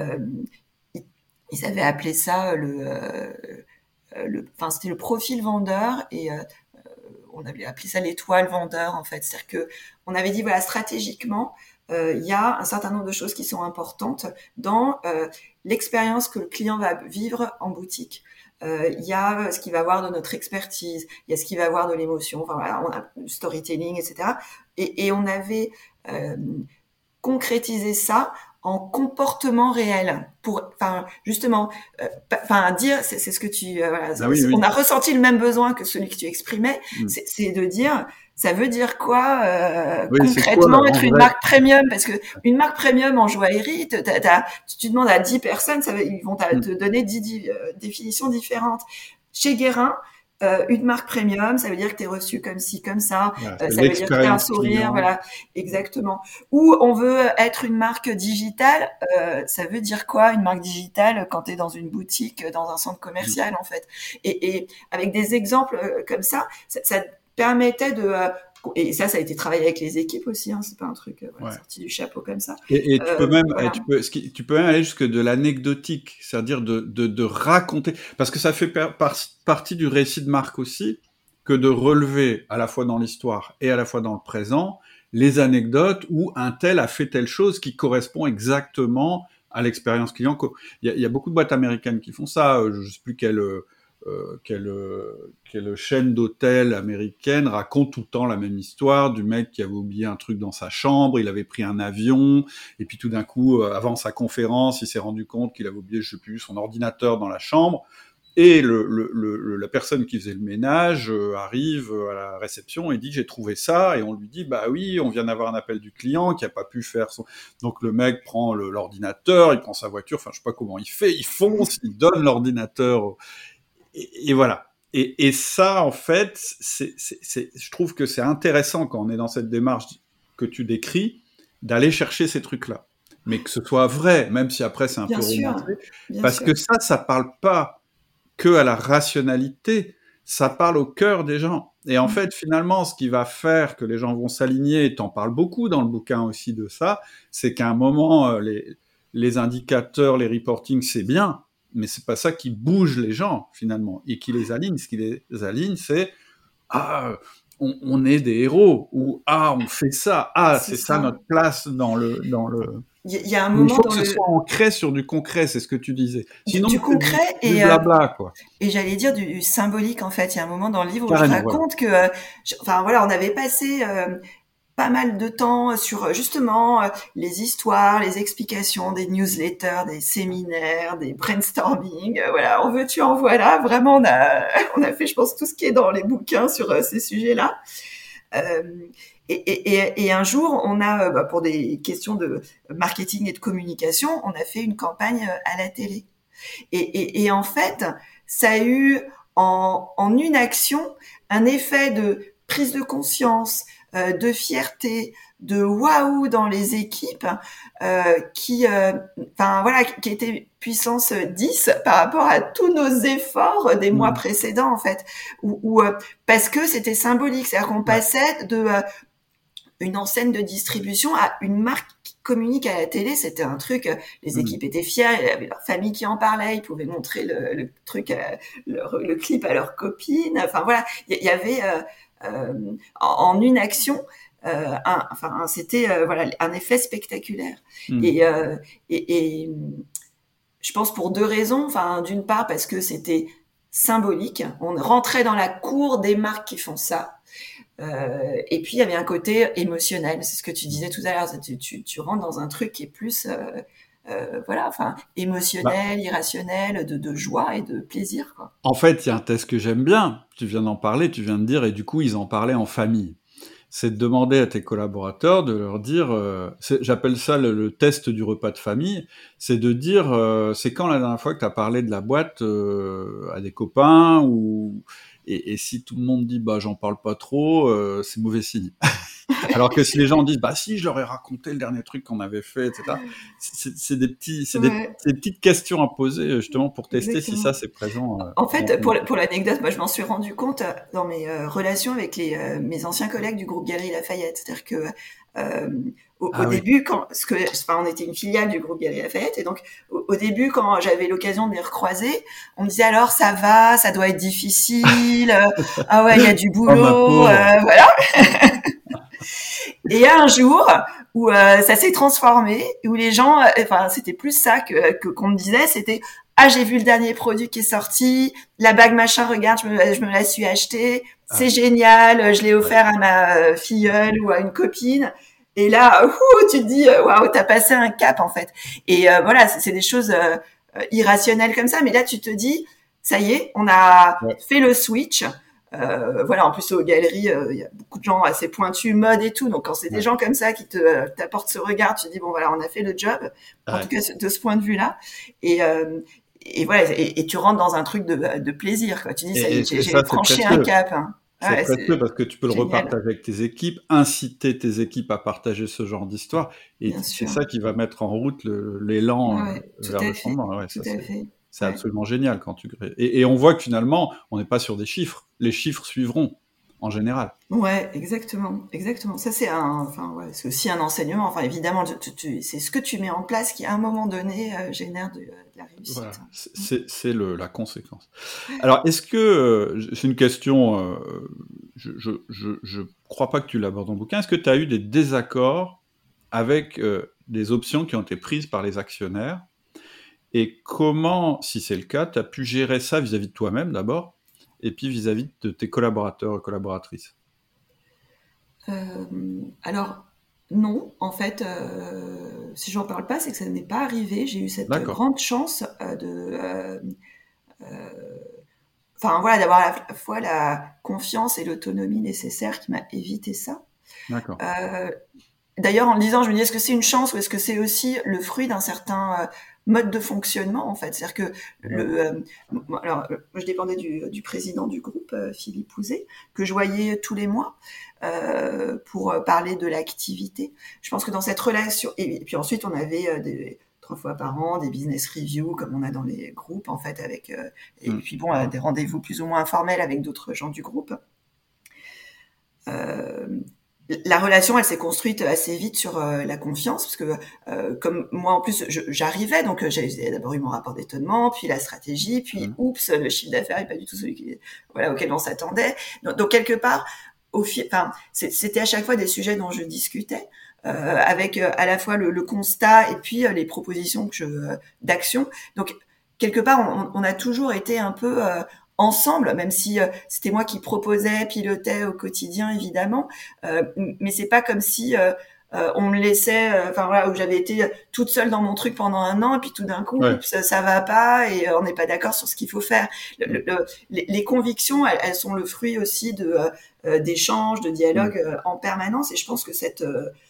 Ils avaient appelé ça c'était le profil vendeur, et on avait appelé ça l'étoile vendeur, en fait. C'est-à-dire que on avait dit, stratégiquement, il y a un certain nombre de choses qui sont importantes dans l'expérience que le client va vivre en boutique. Il y a ce qu'il va avoir de notre expertise, il y a ce qu'il va avoir de l'émotion, on a du storytelling, etc. Et on avait concrétiser ça en comportement réel justement dire c'est ce que tu voilà, oui. On a ressenti le même besoin que celui que tu exprimais, c'est de dire ça veut dire quoi concrètement être une marque premium, parce que une marque premium en joaillerie, tu demandes à 10 personnes, ils vont te donner 10 définitions différentes. Chez Guérin, une marque premium, ça veut dire que tu es reçu comme ci, comme ça, ça veut dire que tu as un sourire, client. Voilà, exactement. Ou on veut être une marque digitale, ça veut dire quoi une marque digitale quand tu es dans une boutique, dans un centre commercial en fait. Et avec des exemples comme ça permettait de et ça a été travaillé avec les équipes aussi, c'est pas un truc sorti du chapeau comme ça. Et tu peux même tu peux même aller jusque de l'anecdotique, c'est-à-dire de raconter, parce que ça fait partie du récit de marque aussi, que de relever à la fois dans l'histoire et à la fois dans le présent les anecdotes où un tel a fait telle chose qui correspond exactement à l'expérience client. Il y a beaucoup de boîtes américaines qui font ça, je sais plus quelle chaîne d'hôtels américaine raconte tout le temps la même histoire du mec qui avait oublié un truc dans sa chambre, il avait pris un avion, et puis tout d'un coup, avant sa conférence, il s'est rendu compte qu'il avait oublié, je sais plus, son ordinateur dans la chambre, et la personne qui faisait le ménage arrive à la réception et dit « j'ai trouvé ça », et on lui dit « bah oui, on vient d'avoir un appel du client qui a pas pu faire son… » Donc le mec prend l'ordinateur, il prend sa voiture, enfin je sais pas comment il fait, il fonce, il donne l'ordinateur… Et voilà. Et ça, en fait, je trouve que c'est intéressant quand on est dans cette démarche que tu décris, d'aller chercher ces trucs-là. Mais que ce soit vrai, même si après c'est un peu romancé. Parce que ça parle pas que à la rationalité, ça parle au cœur des gens. Et en fait, finalement, ce qui va faire que les gens vont s'aligner, et t'en parles beaucoup dans le bouquin aussi de ça, c'est qu'à un moment, les indicateurs, les reportings, c'est bien, mais c'est pas ça qui bouge les gens finalement et qui les aligne. Ce qui les aligne, c'est on est des héros, ou on fait ça, c'est ça notre place dans le. Il y a un moment il faut que ce soit ancré sur du concret, c'est ce que tu disais. Sinon, du concret du blabla, quoi. Et j'allais dire du symbolique en fait. Il y a un moment dans le livre où je raconte que, on avait passé pas mal de temps sur justement les histoires, les explications, des newsletters, des séminaires, des brainstorming. Voilà, en veux-tu, en voilà. Vraiment, on a fait, je pense, tout ce qui est dans les bouquins sur ces sujets-là. Et un jour, on a, pour des questions de marketing et de communication, on a fait une campagne à la télé. Et en fait, ça a eu en une action un effet de prise de conscience, de fierté, de waouh dans les équipes, qui était puissance 10 par rapport à tous nos efforts des mois précédents en fait, parce que c'était symbolique, c'est-à-dire qu'on passait de une enseigne de distribution à une marque qui communique à la télé. C'était un truc, les équipes étaient fières, il y avait leur famille qui en parlait, ils pouvaient montrer le truc, le clip à leurs copines. Enfin voilà, il y avait en une action c'était un effet spectaculaire. Et je pense pour deux raisons. D'une part parce que c'était symbolique, on rentrait dans la cour des marques qui font ça. Et puis il y avait un côté émotionnel, c'est ce que tu disais tout à l'heure, tu rentres dans un truc qui est plus émotionnel, irrationnel, de joie et de plaisir, quoi. En fait, il y a un test que j'aime bien, tu viens d'en parler, tu viens de dire, et du coup ils en parlaient en famille. C'est de demander à tes collaborateurs, de leur dire, j'appelle ça le test du repas de famille, c'est de dire, c'est quand la dernière fois que tu as parlé de la boîte à des copains, et si tout le monde dit j'en parle pas trop, c'est mauvais signe. Alors que si les gens disent si je leur ai raconté le dernier truc qu'on avait fait, etc. C'est des petites questions à poser justement pour tester. Exactement. Si ça c'est présent. En fait, pour l'anecdote, moi je m'en suis rendu compte dans mes relations avec mes anciens collègues du groupe Galeries Lafayette, c'est-à-dire que au début, on était une filiale du groupe Galeries Lafayette, et donc au début, quand j'avais l'occasion de les recroiser, on me disait alors ça va, ça doit être difficile, il y a du boulot, voilà. Et il y a un jour où ça s'est transformé, où les gens, c'était plus ça qu'on me disait, c'était j'ai vu le dernier produit qui est sorti, la bague machin, regarde, je me la suis achetée, c'est génial, je l'ai offert à ma filleule ou à une copine. Et là, tu te dis, waouh, t'as passé un cap en fait. Et voilà, c'est des choses irrationnelles comme ça. Mais là, tu te dis, ça y est, on a fait le switch. Voilà, en plus aux galeries, il y a beaucoup de gens assez pointus, mode et tout. Donc quand c'est des gens comme ça qui t'apportent ce regard, tu te dis bon voilà, on a fait le job. En tout cas de ce point de vue-là. Et voilà, et tu rentres dans un truc de plaisir, quoi. Tu dis, ça y est, j'ai franchi un cap. Hein. C'est précieux parce que tu peux le repartager avec tes équipes, inciter tes équipes à partager ce genre d'histoire. Et c'est ça qui va mettre en route l'élan vers le changement. Ouais, tout à fait. C'est absolument génial quand tu... Et on voit que finalement, on n'est pas sur des chiffres. Les chiffres suivront, en général. Ouais, exactement. Ça, c'est c'est aussi un enseignement. Enfin, évidemment, c'est ce que tu mets en place qui, à un moment donné, génère de la réussite. Voilà, c'est la conséquence. Alors, est-ce que, c'est une question, je crois pas que tu l'abordes dans le bouquin, est-ce que tu as eu des désaccords avec des options qui ont été prises par les actionnaires? Et comment, si c'est le cas, tu as pu gérer ça vis-à-vis de toi-même d'abord, et puis vis-à-vis de tes collaborateurs et collaboratrices? Alors, non, en fait, si j'en parle pas, c'est que ça n'est pas arrivé. J'ai eu cette grande chance d'avoir à la fois la confiance et l'autonomie nécessaire qui m'a évité ça. D'accord. D'ailleurs, en le disant, je me dis, est-ce que c'est une chance ou est-ce que c'est aussi le fruit d'un certain mode de fonctionnement, en fait? C'est-à-dire que je dépendais du président du groupe, Philippe Houzet, que je voyais tous les mois pour parler de l'activité. Je pense que dans cette relation, et puis ensuite, on avait 3 fois par an des business reviews, comme on a dans les groupes, en fait, avec et puis bon, des rendez-vous plus ou moins informels avec d'autres gens du groupe. La relation, elle s'est construite assez vite sur la confiance, parce que comme moi en plus j'arrivais, donc j'ai d'abord eu mon rapport d'étonnement, puis la stratégie, puis oups, le chiffre d'affaires est pas du tout celui auquel on s'attendait. Donc quelque part, c'était à chaque fois des sujets dont je discutais. Avec à la fois le constat et puis les propositions d'action. Donc quelque part, on a toujours été un peu ensemble, même si c'était moi qui proposais, pilotais au quotidien évidemment, mais c'est pas comme si on me laissait, où j'avais été toute seule dans mon truc pendant 1 an et puis tout d'un coup, ça va pas et on n'est pas d'accord sur ce qu'il faut faire. Les convictions, elles sont le fruit aussi d'échanges, de dialogues en permanence, et je pense que cette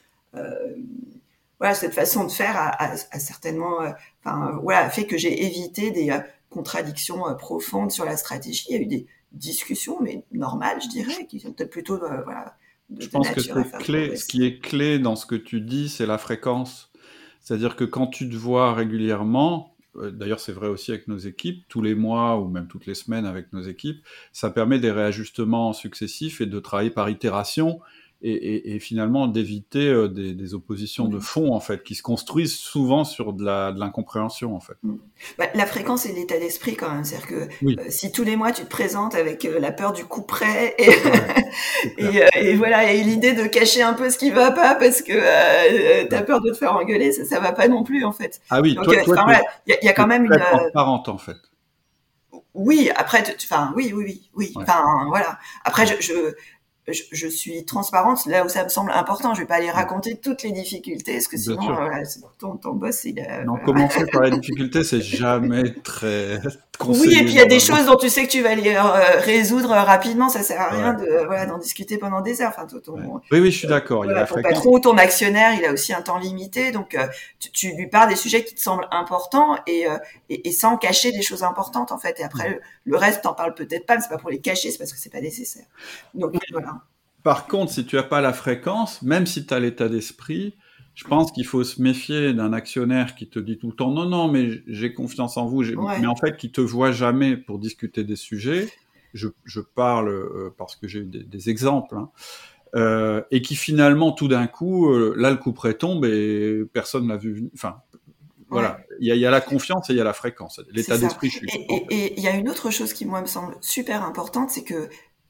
façon de faire a certainement fait que j'ai évité des contradictions profondes sur la stratégie. Il y a eu des discussions, mais normales, je dirais, qui sont peut-être plutôt je pense que ce qui est clé dans ce que tu dis, c'est la fréquence. C'est-à-dire que quand tu te vois régulièrement, d'ailleurs c'est vrai aussi avec nos équipes, tous les mois ou même toutes les semaines avec nos équipes, ça permet des réajustements successifs et de travailler par itération. Et finalement d'éviter des oppositions de fond en fait qui se construisent souvent sur de l'incompréhension en fait. La fréquence et l'état d'esprit quand même, c'est-à-dire que si tous les mois tu te présentes avec la peur du coup près et voilà, et l'idée de cacher un peu ce qui va pas parce que t'as peur de te faire engueuler, ça va pas non plus en fait. Ah oui, donc, il y a quand même une transparente en fait. Oui, après oui. Enfin voilà. Après je suis transparente là où ça me semble important. Je vais pas aller raconter toutes les difficultés, parce que sinon, ton boss, Non, commencer par les difficultés, c'est jamais très conseillé. Oui, et puis il y a des choses dont tu sais que tu vas les résoudre rapidement. Ça sert à rien d'en discuter pendant des heures. Enfin, oui, je suis d'accord. Ton patron ou ton actionnaire, il a aussi un temps limité, donc tu lui parles des sujets qui te semblent importants et sans cacher des choses importantes en fait. Et après, le reste, t'en parles peut-être pas, mais c'est pas pour les cacher, c'est parce que c'est pas nécessaire. Donc voilà. Par contre, si tu n'as pas la fréquence, même si tu as l'état d'esprit, je pense qu'il faut se méfier d'un actionnaire qui te dit tout le temps « Non, mais j'ai confiance en vous », mais en fait, qui te voit jamais pour discuter des sujets. Je parle parce que j'ai eu des exemples, et qui finalement, tout d'un coup, là, le couperet tombe et personne ne l'a vu. Enfin, voilà, il y a la confiance et il y a la fréquence. L'état d'esprit, je suis... Et il y a une autre chose qui, moi, me semble super importante, c'est que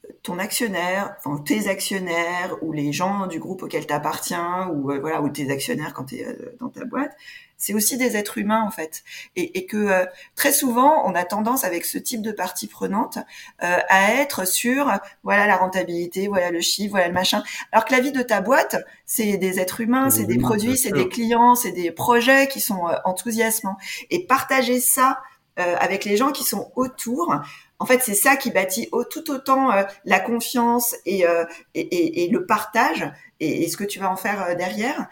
ton actionnaire, enfin tes actionnaires ou les gens du groupe auquel tu appartiens ou voilà, ou tes actionnaires quand tu es dans ta boîte, c'est aussi des êtres humains en fait, et que très souvent on a tendance avec ce type de partie prenante à être sur voilà la rentabilité, voilà le chiffre, voilà le machin, alors que la vie de ta boîte c'est des êtres humains, c'est des produits, c'est des clients, c'est des projets qui sont enthousiasmants, et partager ça avec les gens qui sont autour. En fait, c'est ça qui bâtit tout autant la confiance et le partage et ce que tu vas en faire derrière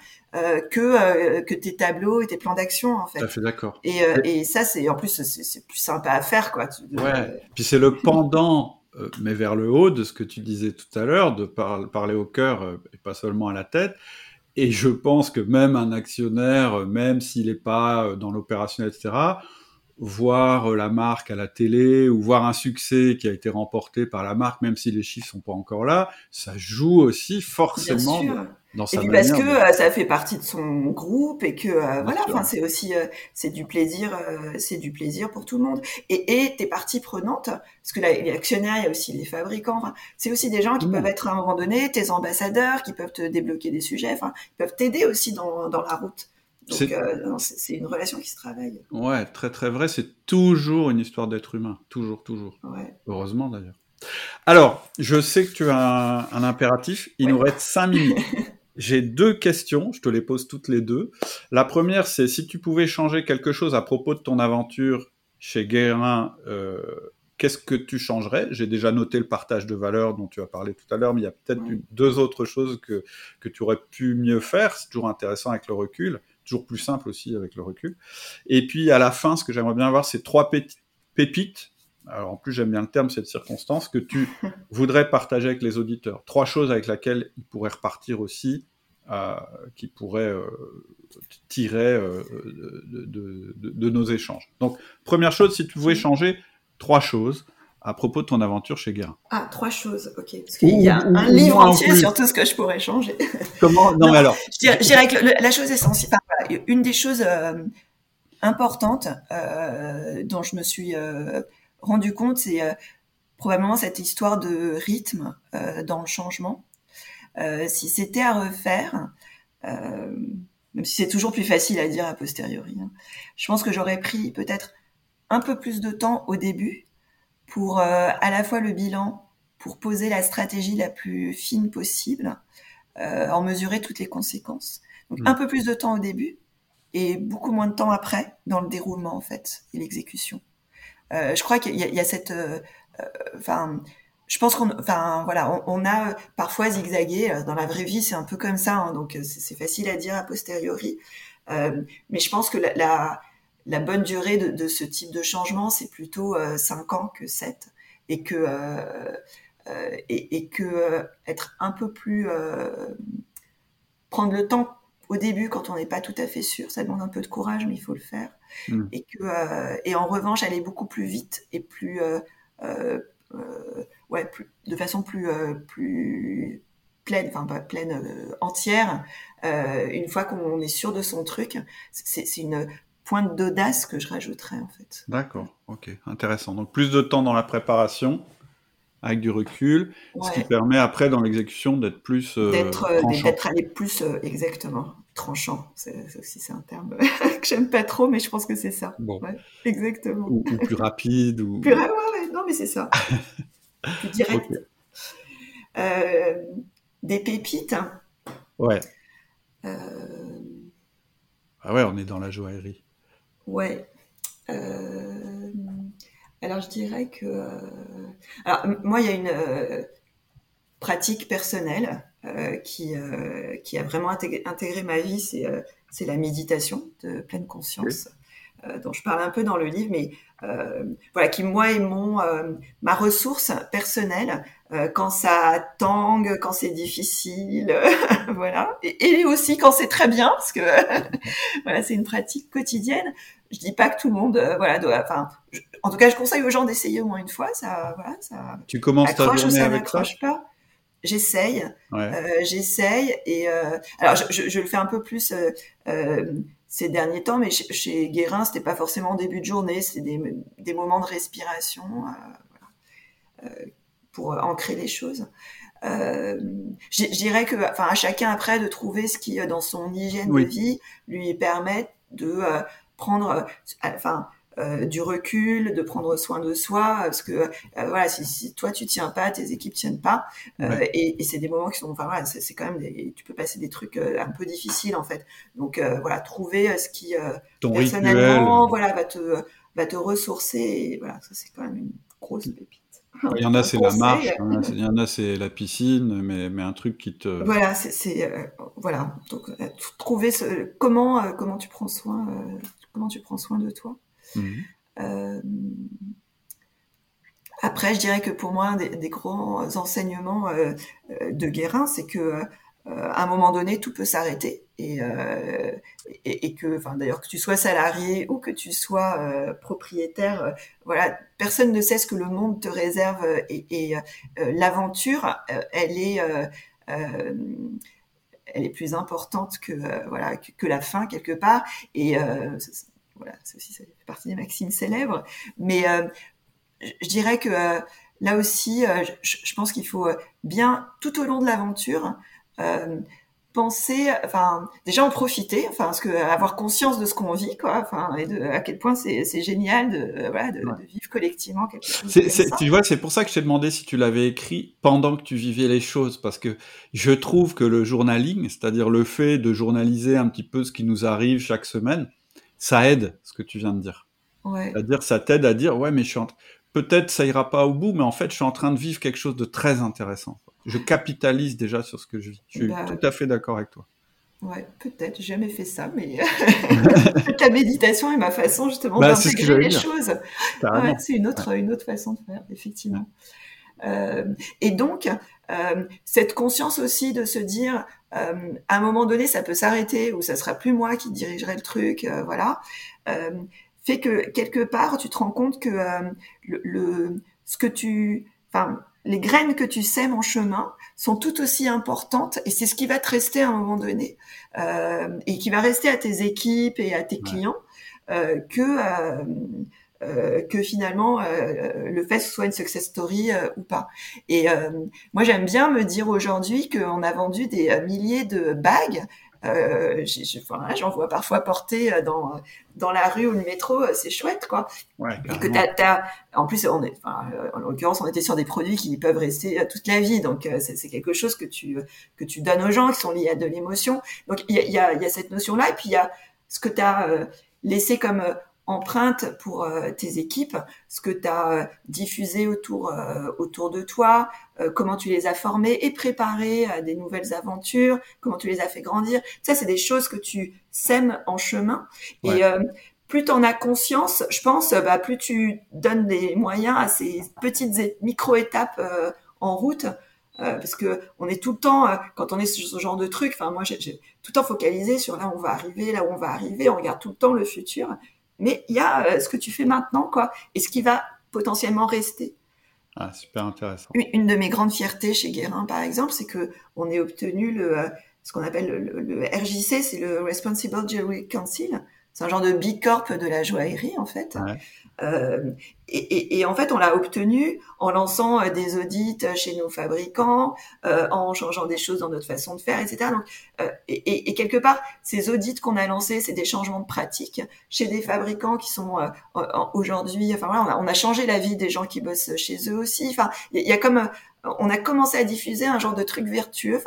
que tes tableaux et tes plans d'action en fait. Tout à fait d'accord. Et ça, c'est en plus c'est plus sympa à faire quoi. Ouais. Puis c'est le pendant, mais vers le haut de ce que tu disais tout à l'heure, de parler au cœur et pas seulement à la tête. Et je pense que même un actionnaire, même s'il n'est pas dans l'opérationnel, etc., voir la marque à la télé ou voir un succès qui a été remporté par la marque, même si les chiffres sont pas encore là, ça joue aussi forcément dans sa manière. Et puis parce que ça fait partie de son groupe et que voilà, enfin c'est aussi c'est du plaisir pour tout le monde. Et tes parties prenantes, parce que les actionnaires, il y a aussi les fabricants. Enfin, c'est aussi des gens qui peuvent être à un moment donné tes ambassadeurs, qui peuvent te débloquer des sujets. Enfin, ils peuvent t'aider aussi dans la route. Donc c'est une relation qui se travaille. Ouais, très très vrai. C'est toujours une histoire d'être humain, toujours. Ouais. Heureusement d'ailleurs. Alors, je sais que tu as un impératif. Il nous reste 5 minutes. J'ai 2 questions. Je te les pose toutes les 2. La première, c'est si tu pouvais changer quelque chose à propos de ton aventure chez Guérin, qu'est-ce que tu changerais ? J'ai déjà noté le partage de valeurs dont tu as parlé tout à l'heure, mais il y a peut-être 2 autres choses que tu aurais pu mieux faire. C'est toujours intéressant avec le recul. Toujours plus simple aussi avec le recul. Et puis, à la fin, ce que j'aimerais bien avoir, c'est 3 pépites. Alors, en plus, j'aime bien le terme, cette circonstance, que tu voudrais partager avec les auditeurs. 3 choses avec lesquelles ils pourraient repartir aussi, qui pourraient tirer de nos échanges. Donc, première chose, si tu pouvais changer 3 choses à propos de ton aventure chez Guérin. Ah, 3 choses, ok. Parce qu'il y a un livre entier sur tout ce que je pourrais changer. Comment ? Non, mais alors. Je dirais que la chose essentielle, enfin, une des choses importantes dont je me suis rendu compte, c'est probablement cette histoire de rythme dans le changement. Si c'était à refaire, même si c'est toujours plus facile à dire a posteriori, hein, je pense que j'aurais pris peut-être un peu plus de temps au début pour à la fois le bilan, pour poser la stratégie la plus fine possible, en mesurer toutes les conséquences. Donc un peu plus de temps au début et beaucoup moins de temps après dans le déroulement en fait et l'exécution. Je crois qu'il y a cette, je pense qu'on a parfois zigzagué dans la vraie vie, c'est un peu comme ça, hein, donc c'est facile à dire a posteriori. Mais je pense que la bonne durée de ce type de changement, c'est plutôt 5 ans que 7, et que être un peu plus prendre le temps au début quand on n'est pas tout à fait sûr, ça demande un peu de courage, mais il faut le faire. Et en revanche, aller beaucoup plus vite et plus de façon plus pleine, enfin pas pleine, entière, une fois qu'on est sûr de son truc. C'est une pointe d'audace que je rajouterais en fait. D'accord, ok, intéressant. Donc plus de temps dans la préparation, avec du recul, ce qui permet après dans l'exécution d'être plus tranchant. D'être allé plus exactement tranchant. C'est un terme que j'aime pas trop, mais je pense que c'est ça. Bon. Ouais, exactement. Ou plus rapide. Ou... Plus non, mais c'est ça. Plus direct. Okay. Des pépites. Ouais. Ah ouais, on est dans la joaillerie. Ouais. Alors je dirais que... Alors moi, il y a une pratique personnelle qui a vraiment intégré ma vie, c'est la méditation de pleine conscience, dont je parle un peu dans le livre, mais voilà, qui moi est ma ressource personnelle quand ça tangue, quand c'est difficile, voilà, et aussi quand c'est très bien, parce que voilà, c'est une pratique quotidienne. Je dis pas que tout le monde en tout cas je conseille aux gens d'essayer au moins une fois, ça tu commences ta journée avec ça? Pas. J'essaye et alors je le fais un peu plus ces derniers temps, mais chez Guérin c'était pas forcément en début de journée, c'est des moments de respiration pour ancrer les choses. Je dirais que, à chacun après de trouver ce qui, dans son hygiène de vie, lui permet de prendre, du recul, de prendre soin de soi, parce que voilà, si toi tu tiens pas, tes équipes tiennent pas, et c'est des moments qui sont, c'est quand même tu peux passer des trucs un peu difficiles en fait. Donc voilà, trouver ce qui personnellement, voilà, va te ressourcer, et voilà, ça c'est quand même une grosse pépite. Il y en a, c'est la marche, il y en a, c'est la piscine, mais un truc qui te... Voilà, voilà. Donc, trouver comment tu prends soin de toi. Après, je dirais que pour moi, des grands enseignements de Guérin, c'est que à un moment donné, tout peut s'arrêter et que, d'ailleurs, que tu sois salarié ou que tu sois propriétaire, voilà, personne ne sait ce que le monde te réserve et l'aventure, elle est plus importante que la fin quelque part et voilà, ça aussi ça fait partie des maximes célèbres, mais je dirais que là aussi je pense qu'il faut bien tout au long de l'aventure penser, déjà en profiter, parce que avoir conscience de ce qu'on vit, quoi, et à quel point c'est génial de vivre collectivement quelque chose comme ça. Tu vois, c'est pour ça que je t'ai demandé si tu l'avais écrit pendant que tu vivais les choses, parce que je trouve que le journaling, c'est-à-dire le fait de journaliser un petit peu ce qui nous arrive chaque semaine, ça aide, ce que tu viens de dire. Ouais. C'est-à-dire, ça t'aide à dire, ouais, mais peut-être ça ira pas au bout, mais en fait, je suis en train de vivre quelque chose de très intéressant. Je capitalise déjà sur ce que je vis. Je suis tout à fait d'accord avec toi. Ouais, peut-être. J'ai jamais fait ça, mais la méditation est ma façon justement d'intégrer les choses. Ouais, c'est une autre façon de faire, effectivement. Et donc, cette conscience aussi de se dire, à un moment donné, ça peut s'arrêter ou ça sera plus moi qui dirigerai le truc, voilà. Fait que quelque part, tu te rends compte que les graines que tu sèmes en chemin sont tout aussi importantes et c'est ce qui va te rester à un moment donné et qui va rester à tes équipes et à tes clients que finalement le fait que ce soit une success story ou pas. Et moi, j'aime bien me dire aujourd'hui qu'on a vendu des milliers de bagues. J'en vois parfois porter dans la rue ou le métro, c'est chouette, quoi. Ouais, et que en plus, en l'occurrence, on était sur des produits qui peuvent rester toute la vie, donc c'est quelque chose que tu donnes aux gens, qui sont liés à de l'émotion. Donc il y a cette notion-là, et puis il y a ce que tu as laissé comme empreinte pour tes équipes, ce que tu as diffusé autour de toi, comment tu les as formés et préparés à des nouvelles aventures, comment tu les as fait grandir. Ça, c'est des choses que tu sèmes en chemin. Ouais. Et plus tu en as conscience, je pense, plus tu donnes des moyens à ces petites micro-étapes en route. Parce que on est tout le temps, quand on est sur ce genre de truc, moi j'ai tout le temps focalisé sur là où on va arriver, on regarde tout le temps le futur. Mais il y a ce que tu fais maintenant, quoi, et ce qui va potentiellement rester. Ah, super intéressant. Une de mes grandes fiertés chez Guérin, par exemple, c'est que on ait obtenu ce qu'on appelle le RJC, c'est le Responsible Jewelry Council. C'est un genre de Big Corp de la joaillerie, en fait. Ouais. Et en fait, on l'a obtenu en lançant des audits chez nos fabricants, en changeant des choses dans notre façon de faire, etc. Donc, et quelque part, ces audits qu'on a lancés, c'est des changements de pratiques chez des fabricants qui sont aujourd'hui. On a changé la vie des gens qui bossent chez eux aussi. Il y a comme on a commencé à diffuser un genre de truc vertueux.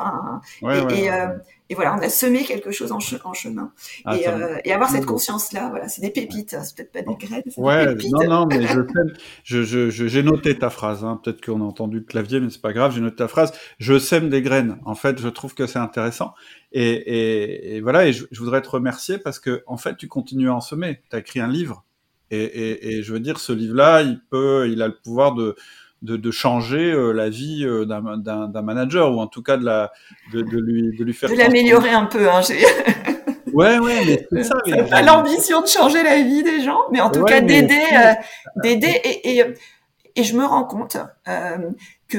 Et voilà, on a semé quelque chose en chemin. Et avoir cette conscience-là, voilà, c'est des pépites. C'est peut-être pas des graines, c'est des pépites. Non, mais j'ai noté ta phrase. Peut-être qu'on a entendu le clavier, mais c'est pas grave. J'ai noté ta phrase. Je sème des graines. En fait, je trouve que c'est intéressant. Et voilà. Et je voudrais te remercier parce que, en fait, tu continues à en semer. Tu as écrit un livre. Et je veux dire, ce livre-là, il a le pouvoir de changer la vie d'un manager, ou en tout cas de lui faire... De l'améliorer un peu, hein. Ouais, mais c'est ça. Ça n'a pas l'ambition de changer la vie des gens, mais en tout cas d'aider. Et je me rends compte que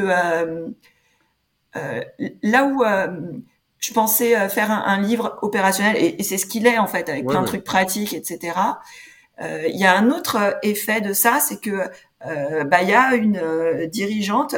là où je pensais faire un livre opérationnel, et c'est ce qu'il est en fait, avec plein de trucs pratiques, etc. Il y a un autre effet de ça, c'est que il y a une dirigeante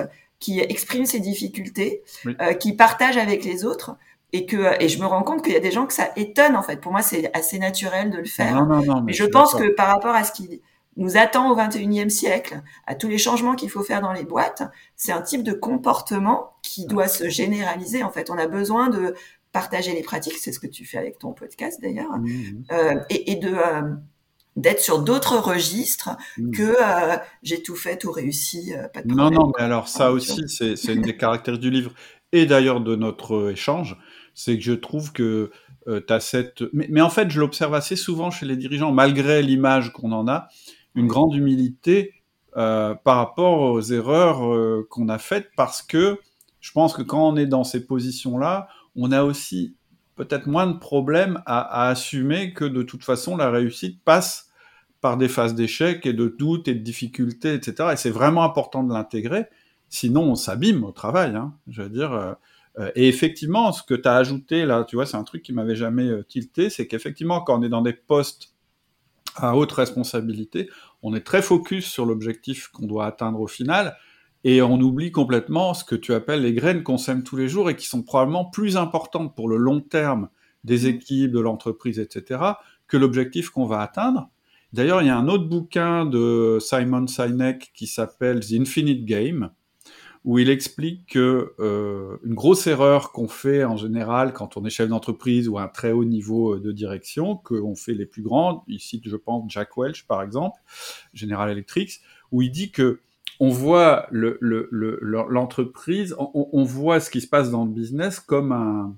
qui exprime ses difficultés, Oui. qui partage avec les autres. Et je me rends compte qu'il y a des gens que ça étonne, en fait. Pour moi, c'est assez naturel de le faire. Non, mais mais je pense que par rapport à ce qui nous attend au XXIe siècle, à tous les changements qu'il faut faire dans les boîtes, c'est un type de comportement qui doit se généraliser. En fait, on a besoin de partager les pratiques. C'est ce que tu fais avec ton podcast, d'ailleurs. Et d'être sur d'autres registres que j'ai tout fait, tout réussi, pas de problème. Non, mais alors ça aussi, c'est une des caractéristiques du livre, et d'ailleurs de notre échange, c'est que je trouve que tu as cette... Mais en fait, je l'observe assez souvent chez les dirigeants, malgré l'image qu'on en a, une grande humilité par rapport aux erreurs qu'on a faites, parce que je pense que quand on est dans ces positions-là, on a aussi peut-être moins de problèmes à assumer que de toute façon, la réussite passe par des phases d'échec et de doutes et de difficultés, etc. Et c'est vraiment important de l'intégrer, sinon on s'abîme au travail. Je veux dire, et effectivement, ce que tu as ajouté là, tu vois, c'est un truc qui m'avait jamais tilté, c'est qu'effectivement, quand on est dans des postes à haute responsabilité, on est très focus sur l'objectif qu'on doit atteindre au final, et on oublie complètement ce que tu appelles les graines qu'on sème tous les jours et qui sont probablement plus importantes pour le long terme des équipes, de l'entreprise, etc., que l'objectif qu'on va atteindre. D'ailleurs, il y a un autre bouquin de Simon Sinek qui s'appelle The Infinite Game, où il explique que une grosse erreur qu'on fait en général quand on est chef d'entreprise ou à un très haut niveau de direction, qu'on fait les plus grandes, ici je pense Jack Welch par exemple, General Electric, où il dit que on voit l'entreprise, on voit ce qui se passe dans le business comme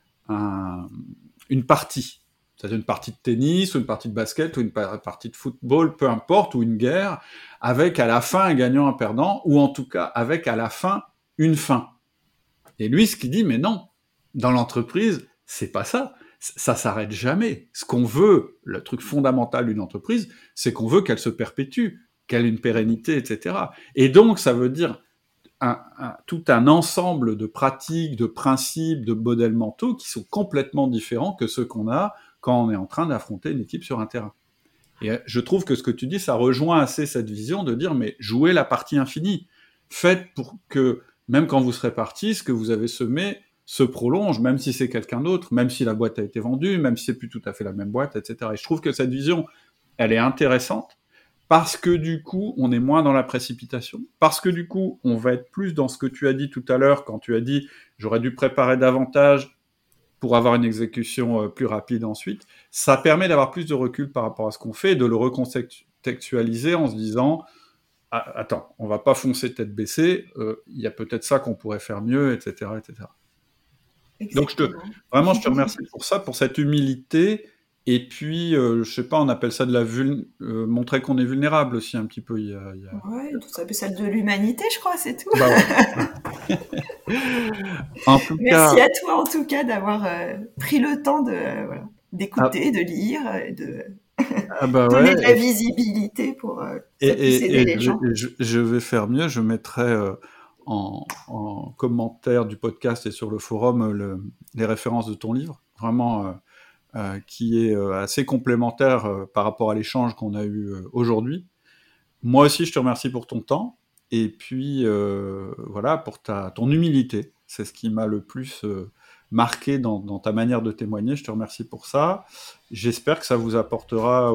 une partie. C'est-à-dire une partie de tennis, ou une partie de basket, ou une partie de football, peu importe, ou une guerre, avec à la fin un gagnant, un perdant, ou en tout cas avec à la fin une fin. Et lui, ce qu'il dit, mais non, dans l'entreprise, c'est pas ça. Ça s'arrête jamais. Ce qu'on veut, le truc fondamental d'une entreprise, c'est qu'on veut qu'elle se perpétue, qu'elle ait une pérennité, etc. Et donc, ça veut dire tout un ensemble de pratiques, de principes, de modèles mentaux qui sont complètement différents que ceux qu'on a quand on est en train d'affronter une équipe sur un terrain. Et je trouve que ce que tu dis, ça rejoint assez cette vision de dire, mais jouez la partie infinie. Faites pour que, même quand vous serez parti, ce que vous avez semé se prolonge, même si c'est quelqu'un d'autre, même si la boîte a été vendue, même si c'est plus tout à fait la même boîte, etc. Et je trouve que cette vision, elle est intéressante, parce que du coup, on est moins dans la précipitation, parce que du coup, on va être plus dans ce que tu as dit tout à l'heure, quand tu as dit « j'aurais dû préparer davantage pour avoir une exécution plus rapide ensuite », ça permet d'avoir plus de recul par rapport à ce qu'on fait, et de le recontextualiser en se disant « attends, on va pas foncer tête baissée, il y a peut-être ça qu'on pourrait faire mieux, etc. etc. » Donc, je te remercie pour ça, pour cette humilité. Et puis, je sais pas, on appelle ça de la montrer qu'on est vulnérable aussi un petit peu. Ouais, tout ça, celle de l'humanité, je crois, c'est tout. Bah ouais. Merci à toi, en tout cas, d'avoir pris le temps d'écouter, de lire, de donner de la visibilité pour que ça puisse aider les gens. Je vais faire mieux, je mettrai en commentaire du podcast et sur le forum les références de ton livre, vraiment qui est assez complémentaire par rapport à l'échange qu'on a eu aujourd'hui. Moi aussi, je te remercie pour ton temps, et puis voilà, pour ton humilité. C'est ce qui m'a le plus marqué dans ta manière de témoigner. Je te remercie pour ça. J'espère que ça vous apportera...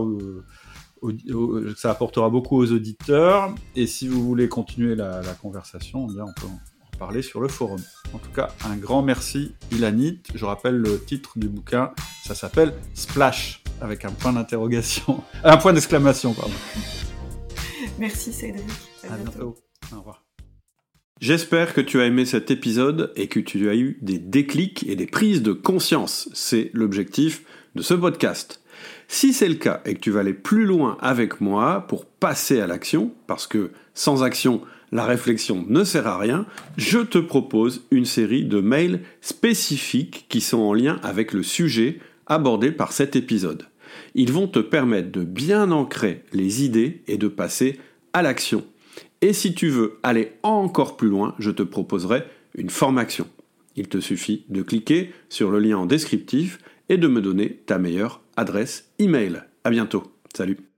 ça apportera beaucoup aux auditeurs, et si vous voulez continuer la conversation, eh bien on peut en parler sur le forum. En tout cas, un grand merci Ilanit. Je rappelle le titre du bouquin, ça s'appelle Splash, avec un point d'interrogation, un point d'exclamation, pardon. Merci Cédric. À bientôt. Au revoir. J'espère que tu as aimé cet épisode et que tu as eu des déclics et des prises de conscience. C'est l'objectif de ce podcast. Si c'est le cas et que tu vas aller plus loin avec moi pour passer à l'action, parce que sans action, la réflexion ne sert à rien, je te propose une série de mails spécifiques qui sont en lien avec le sujet abordé par cet épisode. Ils vont te permettre de bien ancrer les idées et de passer à l'action. Et si tu veux aller encore plus loin, je te proposerai une formation. Il te suffit de cliquer sur le lien en descriptif et de me donner ta meilleure adresse email. À bientôt. Salut.